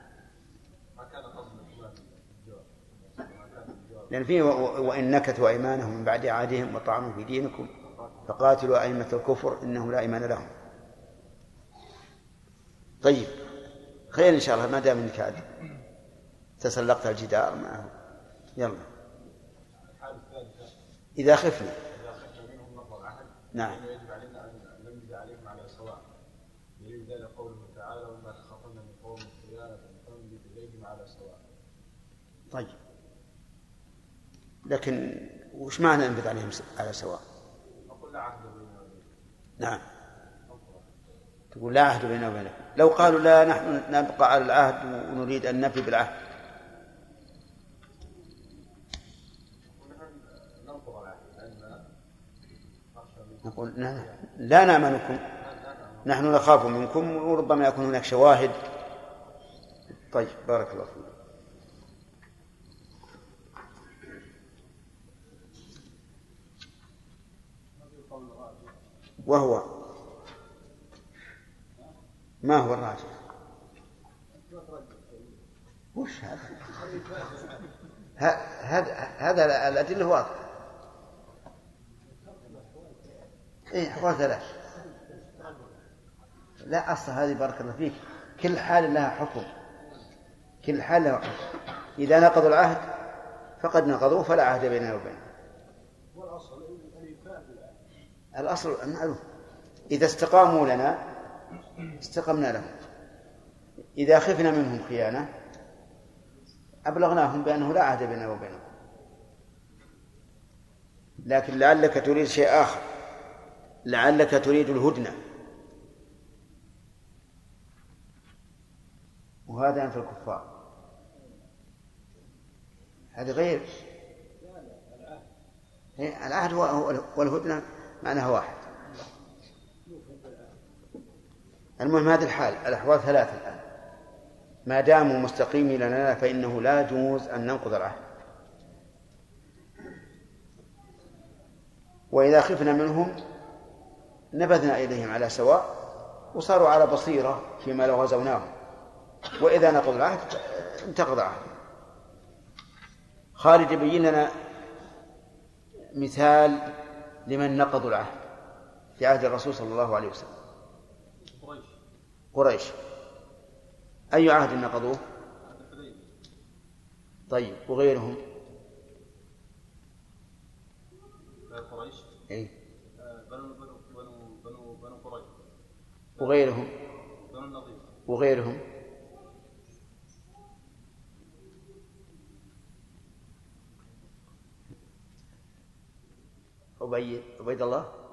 لأن فيه وإن نكثوا أيمانهم من بعد عهدهم وطعنوا في دينكم فقاتلوا أئمة الكفر إنهم لا إيمان لهم. طيب خير إن شاء الله ما دام إنك عاد تسلقت الجدار معه. يلا. إذا خفنا منهم نقض العهد نعم يجب علينا أن نمجد عليهم على سواء. دليل ذلك قوله تعالى وما تخافن من قوم خيانة فانبذ إليهم على سواء. طيب لكن وش معنى ننبذ عليهم على سواء؟ أقول لا عهد بيننا وبينهم. نعم تقول لا عهد بيننا وبينكم. لو قالوا لا نحن نبقى على العهد ونريد أن نفي بالعهد نقول لا نأمنكم نحن نخاف منكم وربما يكون هناك شواهد. طيب بارك الله فيك. وهو ما هو الراجح؟ وش هذا الأدلة واضحة. إيه أحوال ثلاث. لا أصل هذه بارك الله فيك كل حال لها حكم. كل حال لها حكم. إذا نقضوا العهد فقد نقضوه فلا عهد بيننا وبينهم. الأصل معلوم. إذا استقاموا لنا استقمنا لهم. إذا خفنا منهم خيانة أبلغناهم بأنه لا عهد بيننا وبينهم. لكن لعلك تريد شيء آخر. لعلك تريد الهدنة وهذا أنف الكفار. هذا غير العهد والهدنة معناها واحد. المهم هذه الأحوال ثلاثة الآن ما داموا مستقيمين لنا فإنه لا يجوز أن ننقض العهد. وإذا خفنا منهم نبذنا إليهم على سواء وصاروا على بصيرة فيما لو غزوناهم. وإذا نقض العهد انتقض العهد. خالد يبين لنا مثال لمن نقضوا العهد في عهد الرسول صلى الله عليه وسلم. قريش. أي عهد نقضوه؟ طيب وغيرهم؟ قريش. إيه؟ بنو قريش. وغيرهم؟ بنو النضير. وغيرهم؟ عبيد الله.